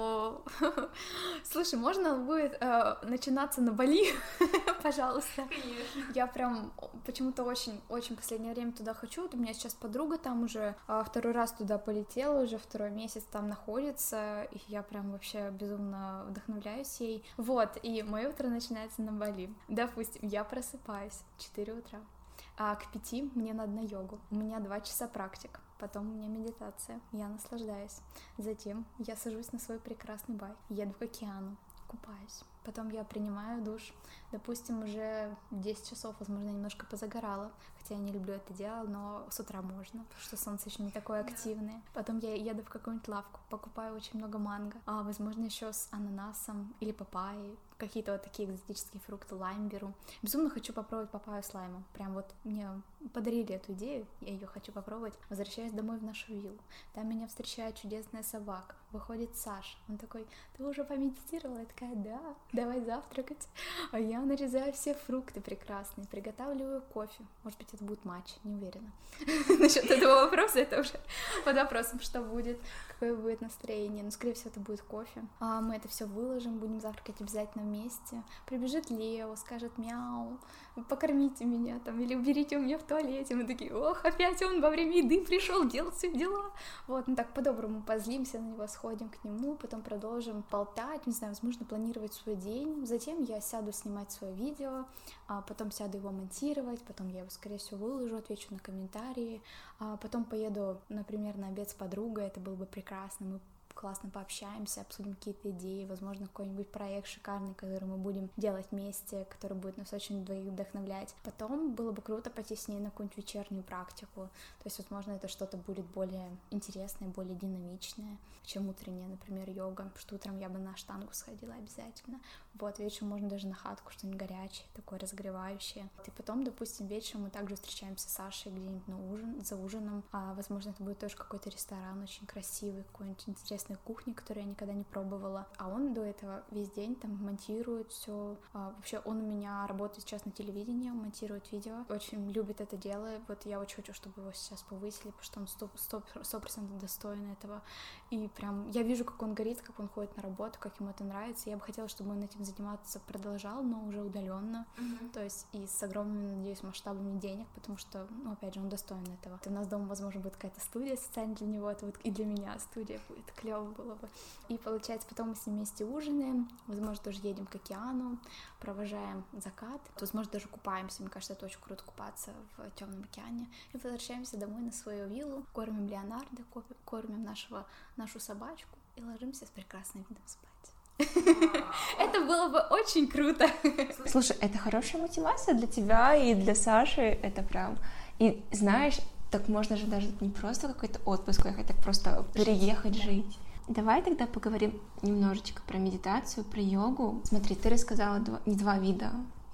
Слушай, можно будет начинаться на Бали, пожалуйста? Конечно. Я прям почему-то очень последнее время туда хочу. Вот у меня сейчас подруга там уже 2-й раз туда полетела, уже 2-й месяц там находится, и я прям вообще безумно вдохновляюсь ей. Вот, и мое утро начинается на Бали. Допустим, я просыпаюсь в 4 утра, а к 5 мне надо на йогу. У меня 2 часа практик. Потом у меня медитация, я наслаждаюсь. Затем я сажусь на свой прекрасный байк, еду к океану, купаюсь. Потом я принимаю душ. Допустим, уже 10 часов, возможно, немножко позагорала, хотя я не люблю это дело, но с утра можно, потому что солнце еще не такое активное. Потом я еду в какую-нибудь лавку, покупаю очень много манго, возможно, еще с ананасом или папайей, какие-то вот такие экзотические фрукты, лайм беру. Безумно хочу попробовать папайю с лаймом. Прям вот мне подарили эту идею, я ее хочу попробовать. Возвращаюсь домой в нашу виллу. Там меня встречает чудесная собака. Выходит Саша. Он такой: ты уже помедитировала? Я такая: да, давай завтракать. А я нарезаю все фрукты прекрасные, приготавливаю кофе. Может быть, это будет матча, не уверена. Насчет этого вопроса, это уже под вопросом, что будет, какое будет настроение. Но, скорее всего, это будет кофе. Мы это все выложим, будем завтракать обязательно вместе. Прибежит Лео, скажет: мяу, покормите меня там, или уберите у меня в туалете. Мы такие: ох, опять он во время еды пришел делать все дела. Вот, ну так по-доброму позлимся на него, сходим к нему, потом продолжим болтать, не знаю, возможно, планировать свой день. Затем я сяду снимать свое видео, потом сяду его монтировать, потом я его, скорее всего, выложу, отвечу на комментарии, потом поеду, например, на обед с подругой, это было бы прекрасно, мы классно пообщаемся, обсудим какие-то идеи, возможно, какой-нибудь проект шикарный, который мы будем делать вместе, который будет нас очень двоих вдохновлять. Потом было бы круто пойти с ней на какую-нибудь вечернюю практику, то есть, возможно, это что-то будет более интересное, более динамичное, чем утренняя, например, йога, потому что утром я бы на штангу сходила обязательно. Вот, вечером можно даже на хатку, что-нибудь горячее, такое разогревающее. И потом, допустим, вечером мы также встречаемся с Сашей где-нибудь на ужин, за ужином. Возможно, это будет тоже какой-то ресторан очень красивый, какой-нибудь интересной кухни, которую я никогда не пробовала. А он до этого весь день там монтирует все. Вообще, он у меня работает сейчас на телевидении, монтирует видео, очень любит это дело. Вот я очень хочу, чтобы его сейчас повысили, потому что он 100% достоин этого. И прям я вижу, как он горит, как он ходит на работу, как ему это нравится. Я бы хотела, чтобы он этим заниматься продолжал, но уже удаленно, то есть и с огромными, надеюсь, масштабами денег, потому что, ну, опять же, он достоин этого. У нас дома, возможно, будет какая-то студия социальная для него, это вот и для меня студия будет, клево было бы. И получается, потом мы с ним вместе ужинаем, возможно, тоже едем к океану, провожаем закат, возможно, даже купаемся, мне кажется, это очень круто купаться в темном океане, и возвращаемся домой на свою виллу, кормим Леонардо, кормим нашу собачку и ложимся с прекрасным видом спать. Это было бы очень круто. Слушай, это хорошая мотивация для тебя и для Саши, это прям... И знаешь, так можно же даже не просто какой-то отпуск уехать, так просто переехать, жить. Давай тогда поговорим немножечко про медитацию, про йогу. Смотри, ты рассказала 2 вида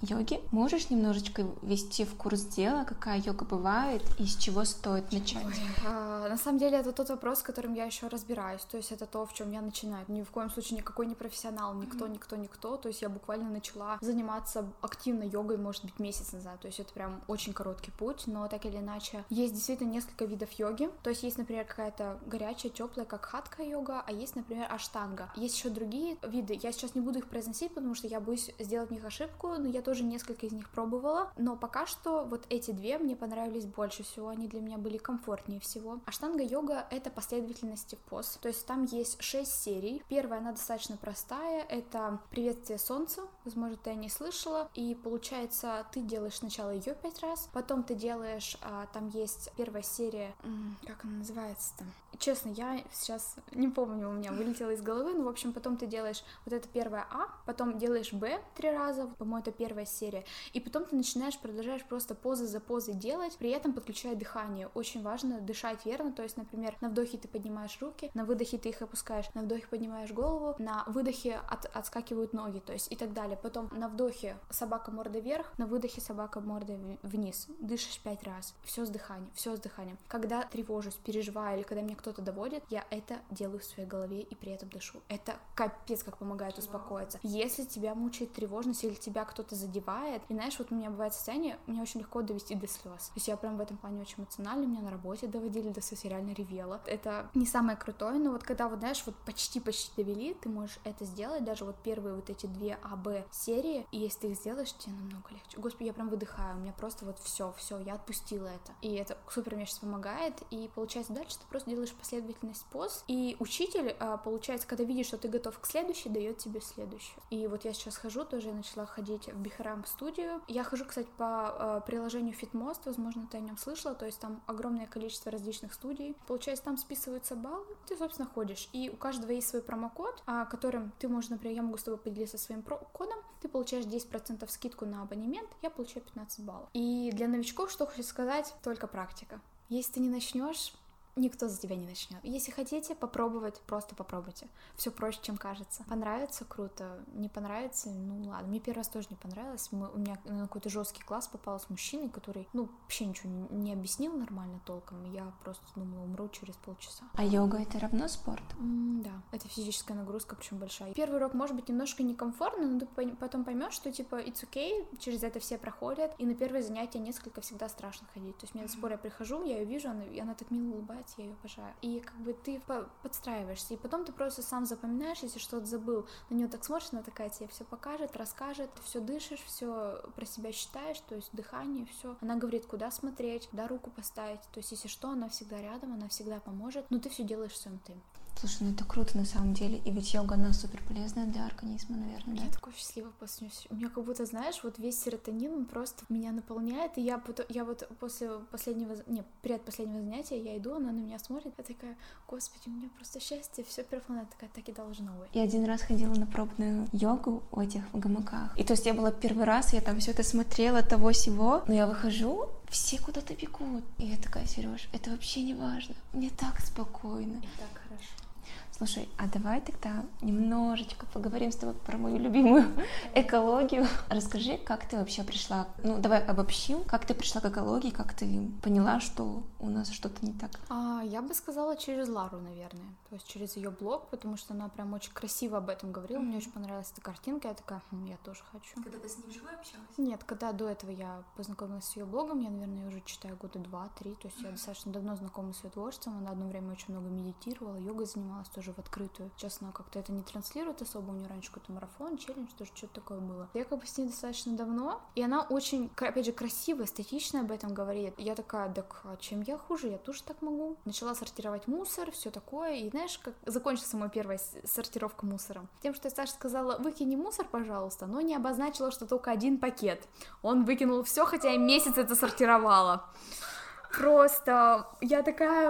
йоги. Можешь немножечко ввести в курс дела, какая йога бывает и с чего стоит начать? На самом деле это тот вопрос, с которым я еще разбираюсь, то есть это то, в чем я начинаю. Ни в коем случае никакой не профессионал, никто, то есть я буквально начала заниматься активно йогой, может быть, месяц назад, то есть это прям очень короткий путь, но так или иначе есть действительно несколько видов йоги, то есть есть, например, какая-то горячая, теплая, как хатха-йога, а есть, например, аштанга. Есть еще другие виды, я сейчас не буду их произносить, потому что я боюсь сделать в них ошибку, но я тоже несколько из них пробовала, но пока что вот эти две мне понравились больше всего, они для меня были комфортнее всего. Аштанга-йога — это последовательности поз, то есть там есть 6 серий. Первая, она достаточно простая, это приветствие солнца, возможно, ты о ней слышала, и получается, ты делаешь сначала ее 5 раз, потом ты делаешь, там есть первая серия, как она называется-то? Честно, я сейчас не помню, у меня вылетело из головы, но, в общем, потом ты делаешь вот это первое А, потом делаешь Б 3 раза, по-моему, это первая серия, и потом ты начинаешь, продолжаешь просто позы за позой делать, при этом подключая дыхание. Очень важно дышать верно, то есть, например, на вдохе ты поднимаешь руки, на выдохе ты их опускаешь, на вдохе поднимаешь голову, на выдохе отскакивают ноги, то есть и так далее. Потом на вдохе собака морда вверх, на выдохе собака морда вниз. Дышишь 5 раз. Все с дыханием. Когда тревожусь, переживаю или когда меня кто-то доводит, я это делаю в своей голове и при этом дышу. Это капец как помогает успокоиться. Если тебя мучает тревожность или тебя кто-то задевает, и знаешь, вот у меня бывает состояние, меня очень легко довести до слез. То есть я прям в этом плане очень эмоциональна, меня на работе доводили до слез, я реально ревела. Это не самое крутое, но вот когда вот, знаешь, вот почти довели, ты можешь это сделать, даже вот первые вот эти 2 А-Б серии, и если ты их сделаешь, тебе намного легче. Господи, я прям выдыхаю, у меня просто вот все, я отпустила это. И это супер мне сейчас помогает, и получается дальше ты просто делаешь последовательность поз, и учитель, получается, когда видит, что ты готов к следующей, дает тебе следующую. И вот я сейчас хожу, тоже я начала ходить в Бихарам студию. Я хожу, кстати, по приложению Fitmost, возможно, ты о нем слышала, то есть там огромное количество различных студий. Получается, там списываются баллы, ты, собственно, ходишь, и у каждого есть свой промокод, которым ты можешь, например, я могу с тобой поделиться своим кодом, ты получаешь 10% скидку на абонемент, я получаю 15 баллов. И для новичков, что хочу сказать, только практика. Если ты не начнешь, никто за тебя не начнет. Если хотите попробовать, просто попробуйте. Все проще, чем кажется. Понравится — круто. Не понравится — ну ладно. Мне первый раз тоже не понравилось. У меня на какой-то жесткий класс попал с мужчиной, который, вообще ничего не объяснил нормально толком. Я просто думала, умру через полчаса. А йога — это равно спорт? Да. Это физическая нагрузка, причем большая. Первый урок может быть немножко некомфортно, но ты потом поймешь, что типа it's okay, через это все проходят. И на первое занятие несколько всегда страшно ходить. То есть мне до сих пор я прихожу, я ее вижу, она так мило улыбается, я ее обожаю. И как бы ты подстраиваешься, и потом ты просто сам запоминаешь, если что-то забыл, на нее так смотришь, она такая тебе все покажет, расскажет, ты все дышишь, все про себя считаешь, то есть дыхание, все. Она говорит, куда смотреть, куда руку поставить, то есть если что, она всегда рядом, она всегда поможет, но ты все делаешь в своем темпе. Слушай, это круто на самом деле, и ведь йога, она супер полезная для организма, наверное, да? Я такой счастлива после нее. У меня как будто, знаешь, вот весь серотонин, он просто меня наполняет, и я вот после предпоследнего занятия я иду, она на меня смотрит, я такая, господи, у меня просто счастье, все переполняет, такая, так и должно быть. Я один раз ходила на пробную йогу в этих гамаках, и то есть я была первый раз, я там все это смотрела, того-сего, но я выхожу, все куда-то бегут, и я такая, Серёж, это вообще не важно, мне так спокойно. И так хорошо. Слушай, а давай тогда немножечко поговорим с тобой про мою любимую экологию. Расскажи, как ты вообще пришла, давай обобщим, как ты пришла к экологии, как ты поняла, что у нас что-то не так? Я бы сказала через Лару, наверное, то есть через ее блог, потому что она прям очень красиво об этом говорила, мне очень понравилась эта картинка, я такая, я тоже хочу. Когда ты с ней вживую общалась? Нет, когда до этого я познакомилась с ее блогом, я, наверное, уже читаю года 2-3, то есть я достаточно давно знакома с ее творчеством, она одно время очень много медитировала, йогой занималась тоже в открытую. Честно, как-то это не транслирует особо, у нее раньше какой-то марафон, челлендж, тоже что-то такое было. Я как бы с ней достаточно давно, и она очень, опять же, красиво, эстетично об этом говорит. Я такая, так а чем я хуже? Я тоже так могу. Начала сортировать мусор, все такое, и знаешь, как закончилась моя первая сортировка мусором? Тем, что Саша сказала, выкини мусор, пожалуйста, но не обозначила, что только один пакет. Он выкинул все, хотя я месяц это сортировала. Просто я такая...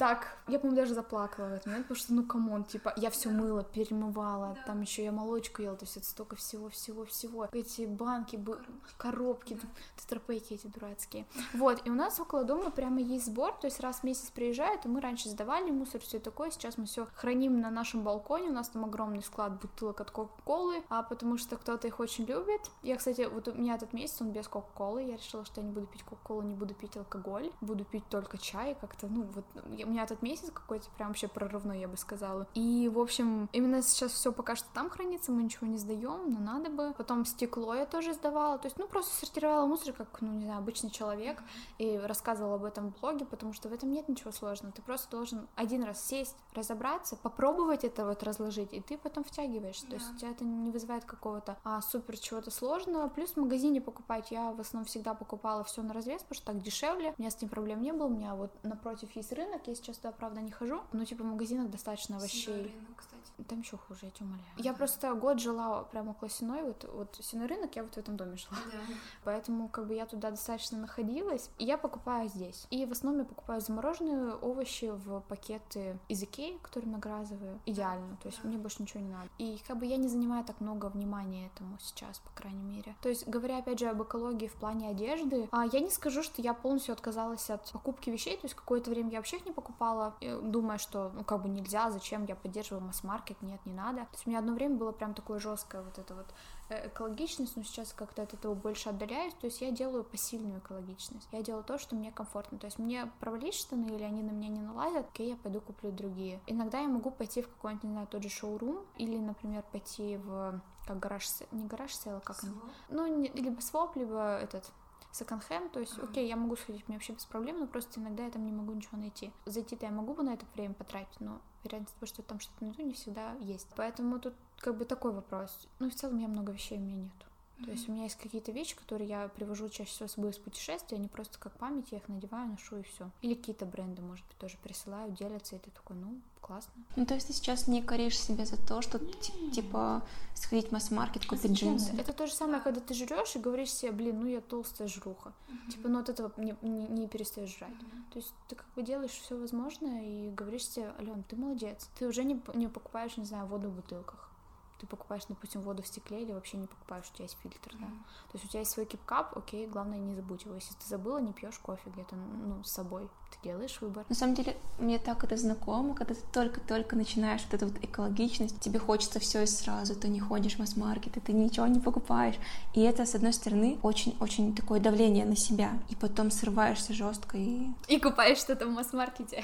так, я, по-моему, даже заплакала в этот момент, потому что, ну, камон, типа, я все мыла, перемывала, там еще я молочку ела, то есть это столько всего, эти банки, коробки, тетрапейки эти дурацкие. Вот, и у нас около дома прямо есть сбор, то есть раз в месяц приезжают, и мы раньше сдавали мусор, все такое, сейчас мы все храним на нашем балконе, у нас там огромный склад бутылок от Кока-Колы, потому что кто-то их очень любит. Я, кстати, вот у меня этот месяц, он без Кока-Колы, я решила, что я не буду пить Кока-Колу, не буду пить алкоголь, буду пить только чай, как-то, ну, вот, у меня этот месяц какой-то прям вообще прорывной, я бы сказала. И, в общем, именно сейчас все пока что там хранится, мы ничего не сдаем, но надо бы. Потом стекло я тоже сдавала, то есть, ну, просто сортировала мусор, как, ну, не знаю, обычный человек, и рассказывала об этом в блоге, потому что в этом нет ничего сложного, ты просто должен один раз сесть, разобраться, попробовать это вот разложить, и ты потом втягиваешься, то есть у тебя это не вызывает какого-то супер чего-то сложного, плюс в магазине покупать, я в основном всегда покупала все на развес, потому что так дешевле, у меня с этим проблем не было, у меня вот напротив есть рынок, я сейчас туда, правда, не хожу, но типа в магазинах достаточно овощей. Рынок, кстати. Там еще хуже, я тебя умоляю. Я просто год жила прямо около Сеной, вот Сеной рынок, я вот в этом доме жила, поэтому как бы я туда достаточно находилась, и я покупаю здесь, и в основном я покупаю замороженные овощи в пакеты из Икеи, которые многоразовые, идеально, то есть мне больше ничего не надо, и как бы я не занимаю так много внимания этому сейчас, по крайней мере. То есть, говоря опять же об экологии в плане одежды, я не скажу, что я полностью отказалась от покупки вещей, то есть какое-то время я вообще их не покупала, думая, что, ну, как бы нельзя, зачем я поддерживаю масс-маркет, нет, не надо. То есть у меня одно время было прям такое жесткое вот это вот экологичность, но сейчас как-то от этого больше отдаляюсь, то есть я делаю пассивную экологичность, я делаю то, что мне комфортно, то есть мне порвались штаны или они на меня не налазят, окей, я пойду куплю другие. Иногда я могу пойти в какой-нибудь, не знаю, тот же шоурум, или, например, пойти в, как не гараж-сейл, как он? Ну, либо своп, либо этот секонд-хенд, то есть, окей, я могу сходить, мне вообще без проблем, но просто иногда я там не могу ничего найти. Зайти-то я могу бы на это время потратить, но вероятность того, что я там что-то найду, не всегда есть. Поэтому тут как бы такой вопрос. Ну и в целом я много вещей у меня нету. То есть у меня есть какие-то вещи, которые я привожу чаще всего с собой из путешествия, они просто как память, я их надеваю, ношу и все. Или какие-то бренды, может быть, тоже присылают, делятся, и ты такой, ну, классно. Ну, то есть ты сейчас не коришь себя за то, что типа сходить в масс-маркет, купить джинсы? Это то же самое, когда ты жрешь и говоришь себе, блин, ну я толстая жруха. Типа, ну от этого не перестаешь жрать. То есть ты как бы делаешь все возможное и говоришь себе, Алён, ты молодец. Ты уже не покупаешь, не знаю, воду в бутылках. Ты покупаешь, допустим, воду в стекле или вообще не покупаешь, у тебя есть фильтр, да. То есть у тебя есть свой кип-кап, окей, главное не забудь его. Если ты забыла, не пьешь кофе где-то, ну, с собой, ты делаешь выбор. На самом деле, мне так это знакомо, когда ты только-только начинаешь вот эту вот экологичность, тебе хочется все и сразу, ты не ходишь в масс-маркет, ты ничего не покупаешь. И это, с одной стороны, очень-очень такое давление на себя. И потом срываешься жестко и купаешь что-то в масс-маркете.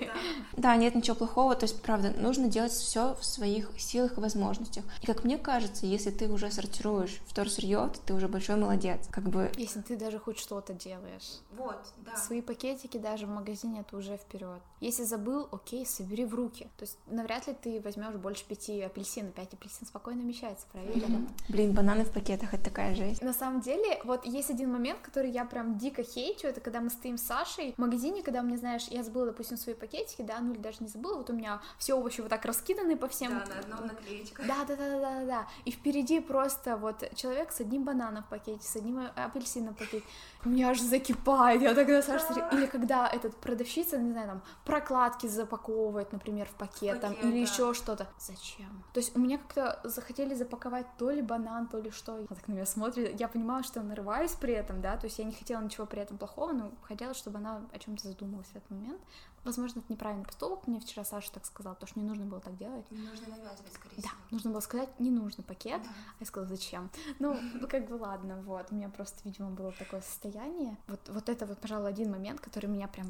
Да, нет ничего плохого, то есть, правда, нужно делать все в своих силах и возможностях. И как мне кажется, если ты уже сортируешь вторсырье, то ты уже большой молодец. Как бы... Если ты даже хоть что-то делаешь. Вот, да. Свои пакетики даже в магазине это уже вперед. Если забыл, окей, собери в руки. То есть навряд ли ты возьмешь больше 5 апельсин. 5 апельсин спокойно вмещается, правильно? Блин, бананы в пакетах — это такая жесть. На самом деле, вот есть один момент, который я прям дико хейчу, это когда мы стоим с Сашей в магазине, когда мне, знаешь, я забыла, допустим, свои пакетики, да, ну или даже не забыла, вот у меня все овощи вот так раскиданы по всем. Да, на одном наклеечка. Да. И впереди просто вот человек с одним бананом в пакете, с одним апельсином в пакете. Меня аж закипает. Я тогда, Саша, или когда этот продавщица, не знаю, там, прокладки запаковывает, например, в пакет, там, или еще что-то. Зачем? То есть у меня как-то захотели запаковать то ли банан, то ли что. Она так на меня смотрит. Я понимала, что нарываюсь при этом, да, то есть я не хотела ничего при этом плохого, но хотела, чтобы она о чем-то задумалась в этот момент. Возможно, это неправильный поступок. Мне вчера Саша так сказала, потому что не нужно было так делать. Не нужно навязывать, скорее всего. Да, нужно было сказать, не нужно пакет. А я сказала, зачем? Ну, как бы ладно, вот. У меня просто, видимо, было такое состояние. Вот это вот, пожалуй, один момент, который меня прям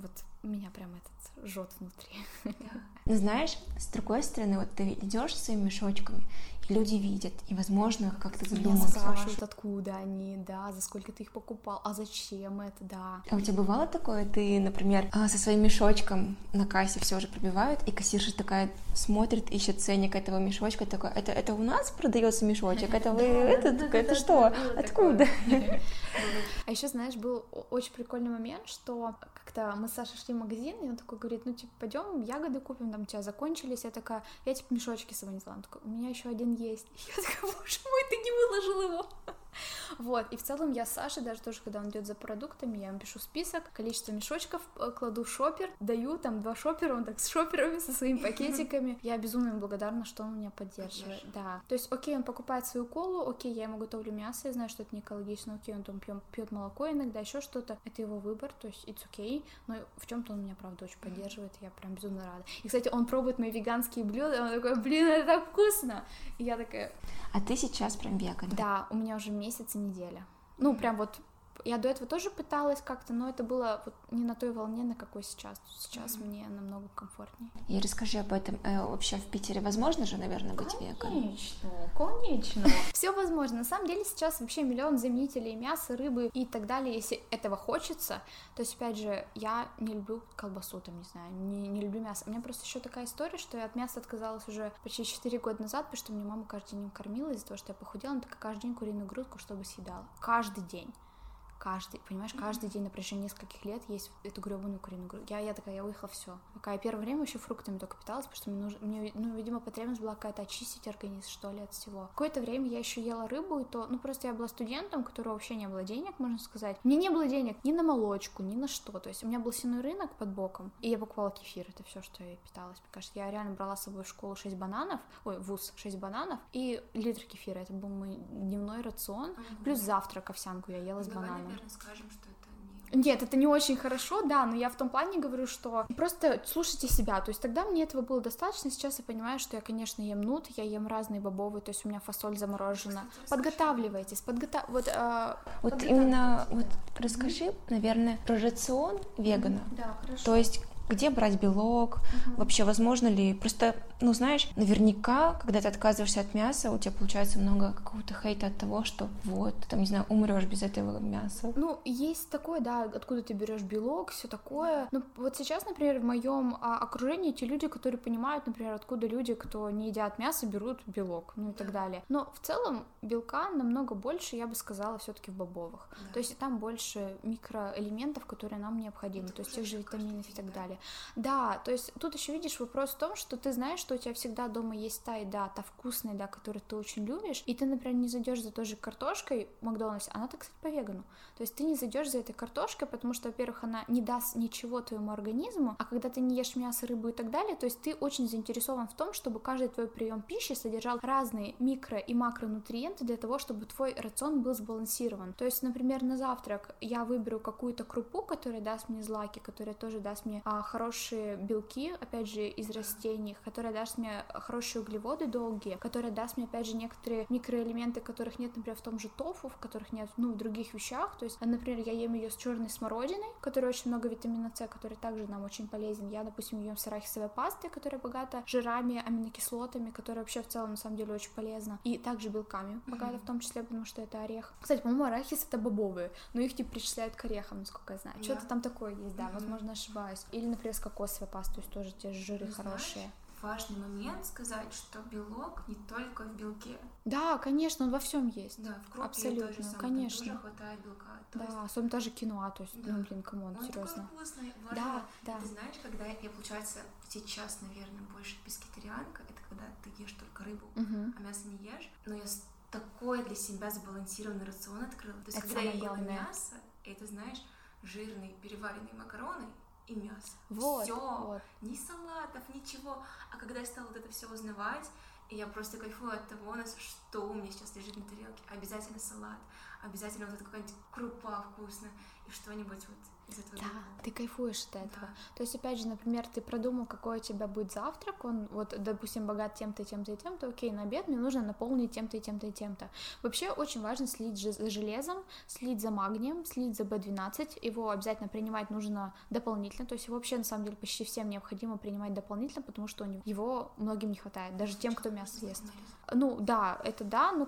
этот жжет внутри. Ну, знаешь, с другой стороны, вот ты идешь своими мешочками, и люди видят, и, возможно, как-то задумываются. Меня спрашивают, откуда они, да, за сколько ты их покупал, а зачем это, да. А у тебя бывало такое? Ты, например, со своим мешочком на кассе все уже пробивают, и кассирша такая смотрит, ищет ценник этого мешочка, такой, это у нас продается мешочек? Это вы, это что? Откуда? А еще, знаешь, был очень прикольный момент, что как-то мы с Сашей шли в магазин, и он такой говорит, ну, типа, пойдем ягоды купим, там у тебя закончились. Я такая, я, типа, мешочки с собой не взяла. Он такой, у меня еще один есть. И я такая, боже мой, ты не выложил его. Вот, и в целом я с Сашей, даже тоже, когда он идет за продуктами, я ему пишу список, количество мешочков, кладу в шопер, даю там 2 шопера, он так с шоперами, со своими пакетиками. Я безумно ему благодарна, что он меня поддерживает. Да. То есть, окей, он покупает свою колу, окей, я ему готовлю мясо, я знаю, что это не экологично, окей, он там пьет молоко иногда, еще что-то. Это его выбор, то есть it's okay, но в чем-то он меня, правда, очень поддерживает, я прям безумно рада. И, кстати, он пробует мои веганские блюда, он такой, блин, это так вкусно! И я такая... А ты сейчас прям веган? Да, у меня уже месяц и неделя. Ну, прям вот, я до этого тоже пыталась как-то, но это было вот не на той волне, на какой сейчас. Сейчас мне намного комфортнее. И расскажи об этом. Вообще в Питере возможно же, наверное, быть веганом? Конечно. Все возможно. На самом деле сейчас вообще миллион заменителей мяса, рыбы и так далее, если этого хочется. То есть, опять же, я не люблю колбасу, там, не знаю, не люблю мясо. У меня просто еще такая история, что я от мяса отказалась уже почти 4 года назад, потому что мне мама каждый день кормила из-за того, что я похудела, она такая каждый день куриную грудку, чтобы съедала. Каждый день. Каждый день на протяжении нескольких лет есть эту гребаную куриную грудку. Я такая, я выехала, все. Пока я первое время еще фруктами только питалась, потому что мне, видимо, потребность была какая-то очистить организм, что ли, от всего. Какое-то время я еще ела рыбу, и то, просто я была студентом, у которого вообще не было денег, можно сказать. Мне не было денег ни на молочку, ни на что. То есть у меня был сеной рынок под боком, и я покупала кефир, это все, что я питалась. Мне кажется, я реально брала с собой в школу 6 бананов, в ВУЗ 6 бананов и литр кефира. Это был мой дневной рацион, плюс завтрак, овсянку я ела с бананом. Наверное, скажем, что это Нет, это не очень хорошо, да, но я в том плане говорю, что просто слушайте себя, то есть тогда мне этого было достаточно, сейчас я понимаю, что я, конечно, ем нут, я ем разные бобовые, то есть у меня фасоль заморожена. Подготавливайтесь, Вот именно, вот расскажи, наверное, про рацион вегана. Да, хорошо. То есть где брать белок, вообще возможно ли, просто, знаешь, наверняка, когда ты отказываешься от мяса, у тебя получается много какого-то хейта от того, что вот, там, не знаю, умрешь без этого мяса. Есть такое, да, откуда ты берешь белок, все такое. Вот сейчас, например, в моем окружении те люди, которые понимают, например, откуда люди, кто не едят мясо, берут белок, и так далее. Но в целом белка намного больше, я бы сказала, все-таки в бобовых. То есть там больше микроэлементов, которые нам необходимы, то есть тех же витаминов и так далее. Да, то есть тут еще видишь вопрос в том, что ты знаешь, что у тебя всегда дома есть та еда, та вкусная еда, которую ты очень любишь, и ты, например, не зайдешь за той же картошкой в Макдональдсе, она-то, кстати, по вегану, то есть ты не зайдешь за этой картошкой, потому что, во-первых, она не даст ничего твоему организму, а когда ты не ешь мясо, рыбу и так далее, то есть ты очень заинтересован в том, чтобы каждый твой прием пищи содержал разные микро- и макронутриенты для того, чтобы твой рацион был сбалансирован. То есть, например, на завтрак я выберу какую-то крупу, которая даст мне злаки, которая тоже даст мне хорошие белки, опять же, из растений, которая даст мне хорошие углеводы долгие, которая даст мне, опять же, некоторые микроэлементы, которых нет, например, в том же тофу, в которых нет, в других вещах. То есть, например, я ем ее с черной смородиной, в которой очень много витамина С, который также нам очень полезен. Я, допустим, ем с арахисовой пастой, которая богата жирами, аминокислотами, которая вообще в целом, на самом деле, очень полезна. И также белками богата, в том числе, потому что это орех. Кстати, по-моему, арахис — это бобовые, но их причисляют к орехам, насколько я знаю. Что-то там такое есть, да, возможно, ошибаюсь. Или, например, с кокосовой пастой, то есть тоже те же жиры хорошие. Важный момент сказать, что белок не только в белке. Да, конечно, он во всем есть. Да, в крупе абсолютно, тоже самое, конечно. тоже хватает белка. Да, особенно даже киноа, то есть, камон, серьезно. Такой вкусный, да. Ты знаешь, когда я, получается, сейчас, наверное, больше пескетарианка, это когда ты ешь только рыбу, а мясо не ешь, но я такой для себя сбалансированный рацион открыла. То есть, это когда я ела главное. мясо, это, знаешь, жирные переваренные макароны и мясо. Вот, Все, ни салатов, ничего. А когда я стала вот это все узнавать, и я просто кайфую от того, что у меня сейчас лежит на тарелке. Обязательно салат, обязательно вот эта какая-нибудь крупа вкусная и что-нибудь вот из этого. Да, ты кайфуешь от этого. Да. То есть, опять же, например, ты продумал, какой у тебя будет завтрак, он вот, допустим, богат тем-то и тем-то и тем-то, окей, на обед мне нужно наполнить тем-то и тем-то и тем-то. Вообще очень важно следить за железом, следить за магнием, следить за B12, его обязательно принимать нужно дополнительно, то есть его вообще, на самом деле, почти всем необходимо принимать дополнительно, потому что его многим не хватает, даже тем, кто мясо ест. Да, это да, но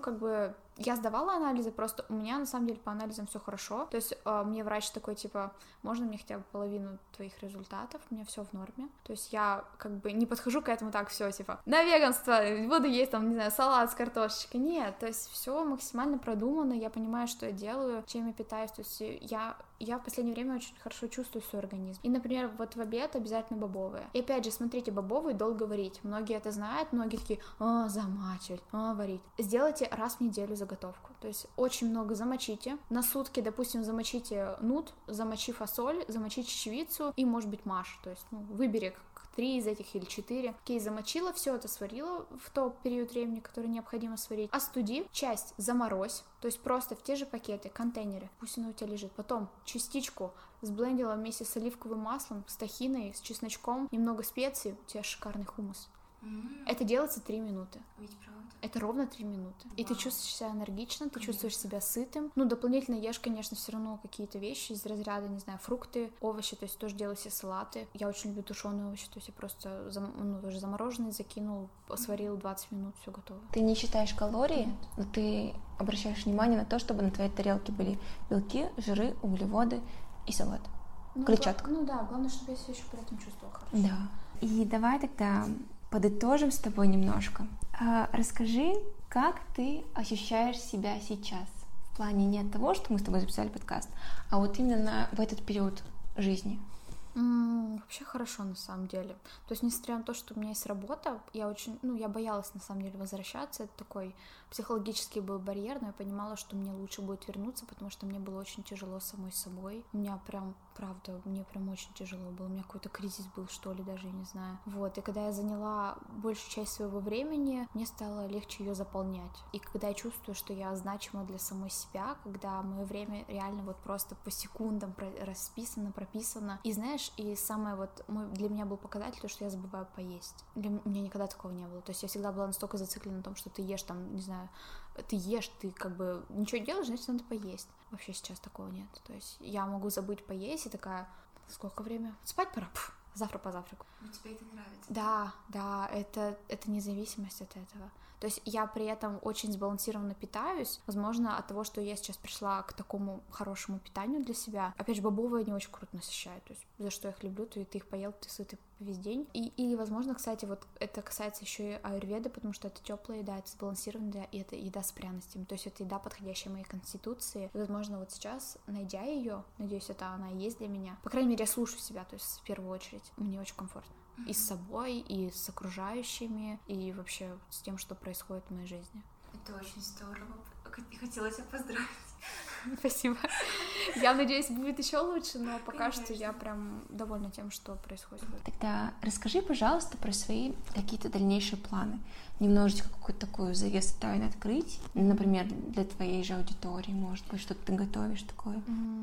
я сдавала анализы, просто у меня, на самом деле, по анализам все хорошо, то есть мне врач такой, можно мне хотя бы половину твоих результатов, у меня все в норме, то есть я не подхожу к этому так, все на веганство, буду есть там, не знаю, салат с картошечкой, нет, то есть все максимально продумано, я понимаю, что я делаю, чем я питаюсь, то есть я Я в последнее время очень хорошо чувствую свой организм. И, например, вот в обед обязательно бобовые. И опять же, смотрите, бобовые долго варить. Многие это знают, многие такие: замачивать, варить. Сделайте раз в неделю заготовку. То есть очень много замочите. На сутки, допустим, замочите нут, замочи фасоль, замочи чечевицу и, может быть, маш. То есть, выбери 3 из этих или 4. Окей, замочила, все это сварила в тот период времени, который необходимо сварить. Остуди, часть заморозь, то есть просто в те же пакеты, контейнеры, пусть оно у тебя лежит. Потом частичку сблендила вместе с оливковым маслом, с тахиной, с чесночком, немного специй, у тебя шикарный хумус. Это делается 3 минуты. Ведь правда? Это ровно 3 минуты. И ты чувствуешь себя энергично, ты чувствуешь себя сытым. Дополнительно ешь, конечно, все равно какие-то вещи из разряда, не знаю, фрукты, овощи, то есть тоже делаю себе салаты. Я очень люблю тушеные овощи, то есть я просто тоже замороженные закинул, сварил 20 минут, все готово. Ты не считаешь калории, но ты обращаешь внимание на то, чтобы на твоей тарелке были белки, жиры, углеводы и салат. Клетчатка. Да, главное, чтобы я себя еще при этом чувствовала хорошо. Да. И давай тогда подытожим с тобой немножко. Расскажи, как ты ощущаешь себя сейчас? В плане не от того, что мы с тобой записали подкаст, а вот именно в этот период жизни. Вообще хорошо, на самом деле. То есть, несмотря на то, что у меня есть работа, я очень, я боялась, на самом деле, возвращаться. Это такой психологический был барьер, но я понимала, что мне лучше будет вернуться, потому что мне было очень тяжело самой собой. У меня прям, правда, мне прям очень тяжело было. У меня какой-то кризис был, что ли, даже, я не знаю. Вот, и когда я заняла большую часть своего времени, мне стало легче ее заполнять. И когда я чувствую, что я значима для самой себя, когда мое время реально вот просто по секундам расписано, прописано. И знаешь, и самое для меня был показатель, то, что я забываю поесть. Для меня никогда такого не было. То есть я всегда была настолько зациклена на том, что ты ешь там, не знаю, ты ешь, ты как бы ничего не делаешь, значит, надо поесть. Вообще сейчас такого нет. То есть я могу забыть поесть и такая: сколько время? Спать пора? Завтра позавтраку. Но тебе это нравится? Да, это независимость от этого. То есть я при этом очень сбалансированно питаюсь. Возможно, от того, что я сейчас пришла к такому хорошему питанию для себя. Опять же, бобовые не очень круто насыщают. То есть за что я их люблю, ты их поел, ты сытый весь день. И возможно, кстати, вот это касается еще и аюрведы, потому что это теплая еда, это сбалансированная, и это еда с пряностями. То есть это еда, подходящая моей конституции. И, возможно, вот сейчас, найдя ее, надеюсь, это она и есть для меня. По крайней мере, я слушаю себя, то есть в первую очередь. Мне очень комфортно. И с собой, и с окружающими, и вообще с тем, что происходит в моей жизни. Это очень здорово. Хотела тебя поздравить. Спасибо. Я надеюсь, будет еще лучше, но пока что я прям довольна тем, что происходит. Тогда расскажи, пожалуйста, про свои какие-то дальнейшие планы. Немножечко какую-то такую завесу тайны открыть. Например, для твоей же аудитории, может быть, что-то ты готовишь такое.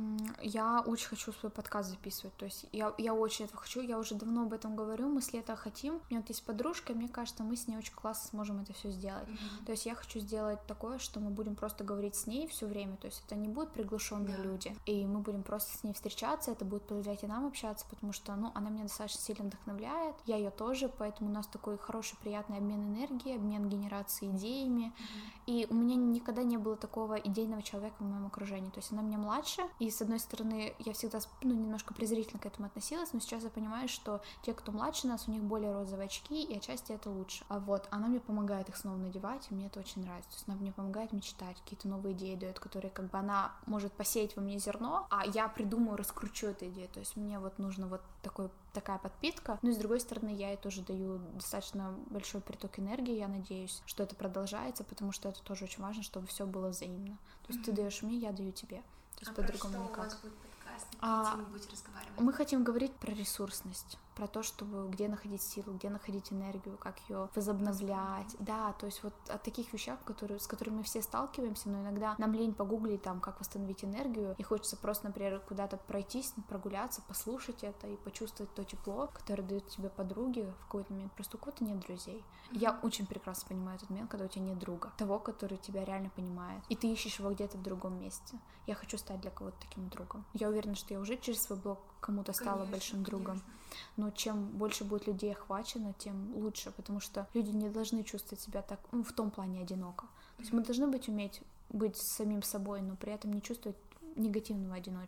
Я очень хочу свой подкаст записывать. То есть я очень этого хочу. Я уже давно об этом говорю. Мы с лета хотим. У меня вот есть подружка, и мне кажется, мы с ней очень классно сможем это все сделать. То есть я хочу сделать такое, что мы будем просто говорить с ней все время. То есть это не будут приглашенные люди. И мы будем просто с ней встречаться. Это будет позволять и нам общаться, потому что, она меня достаточно сильно вдохновляет. Я ее тоже, поэтому у нас такой хороший, приятный обмен энергией, обмен генерацией идеями. И у меня никогда не было такого идейного человека в моем окружении. То есть она меня младше, и с одной стороны я всегда немножко презрительно к этому относилась, но сейчас я понимаю, что те, кто младше нас, у них более розовые очки, и отчасти это лучше. Она мне помогает их снова надевать, и мне это очень нравится. То есть она мне помогает мечтать, какие-то новые идеи дает, которые как бы она может посеять во мне зерно, а я придумаю, раскручу эту идею. То есть мне нужно такая подпитка. Но и с другой стороны, я ей тоже даю достаточно большой приток энергии. Я надеюсь, что это продолжается, потому что это тоже очень важно, чтобы все было взаимно. То есть ты даешь мне, я даю тебе. То есть по-другому никак. У вас будет подкаст? На какие темы будете разговаривать? Мы хотим говорить про ресурсность, про то, чтобы где находить силу, где находить энергию, как ее возобновлять. Да, то есть вот о таких вещах, с которыми мы все сталкиваемся, но иногда нам лень погуглить там, как восстановить энергию, и хочется просто, например, куда-то пройтись, прогуляться, послушать это и почувствовать то тепло, которое дают тебе подруги в какой-то момент. Просто у кого-то нет друзей. Я очень прекрасно понимаю этот момент, когда у тебя нет друга, того, который тебя реально понимает, и ты ищешь его где-то в другом месте. Я хочу стать для кого-то таким другом. Я уверена, что я уже через свой блог кому-то стала большим другом. Но чем больше будет людей охвачено, тем лучше, потому что люди не должны чувствовать себя так, в том плане одиноко. То есть мы должны уметь быть самим собой, но при этом не чувствовать негативного одиночества.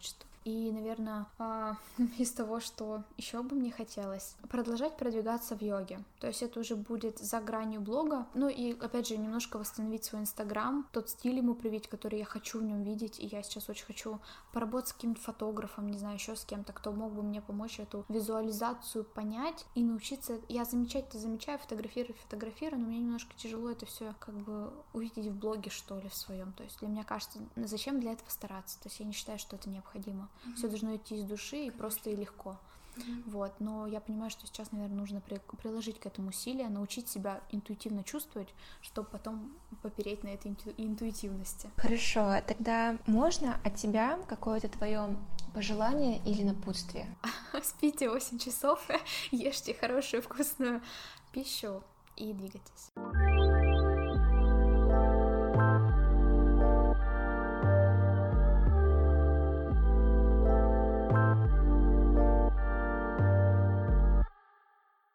И, наверное, из того, что еще бы мне хотелось, продолжать продвигаться в йоге. То есть это уже будет за гранью блога. Ну и, опять же, немножко восстановить свой Инстаграм, тот стиль ему привить, который я хочу в нем видеть. И я сейчас очень хочу поработать с каким-то фотографом, не знаю, еще с кем-то, кто мог бы мне помочь эту визуализацию понять и научиться. Я замечаю, фотографирую, но мне немножко тяжело это все как бы увидеть в блоге, что ли, в своем. То есть для меня кажется, зачем для этого стараться? То есть я не считаю, что это необходимо. Все должно идти из души и просто и легко. Вот, но я понимаю, что сейчас, наверное, нужно приложить к этому усилия, научить себя интуитивно чувствовать, чтобы потом попереть на этой интуитивности. Хорошо, тогда можно от тебя какое-то твое пожелание или напутствие? Спите 8 часов, ешьте хорошую вкусную пищу и двигайтесь.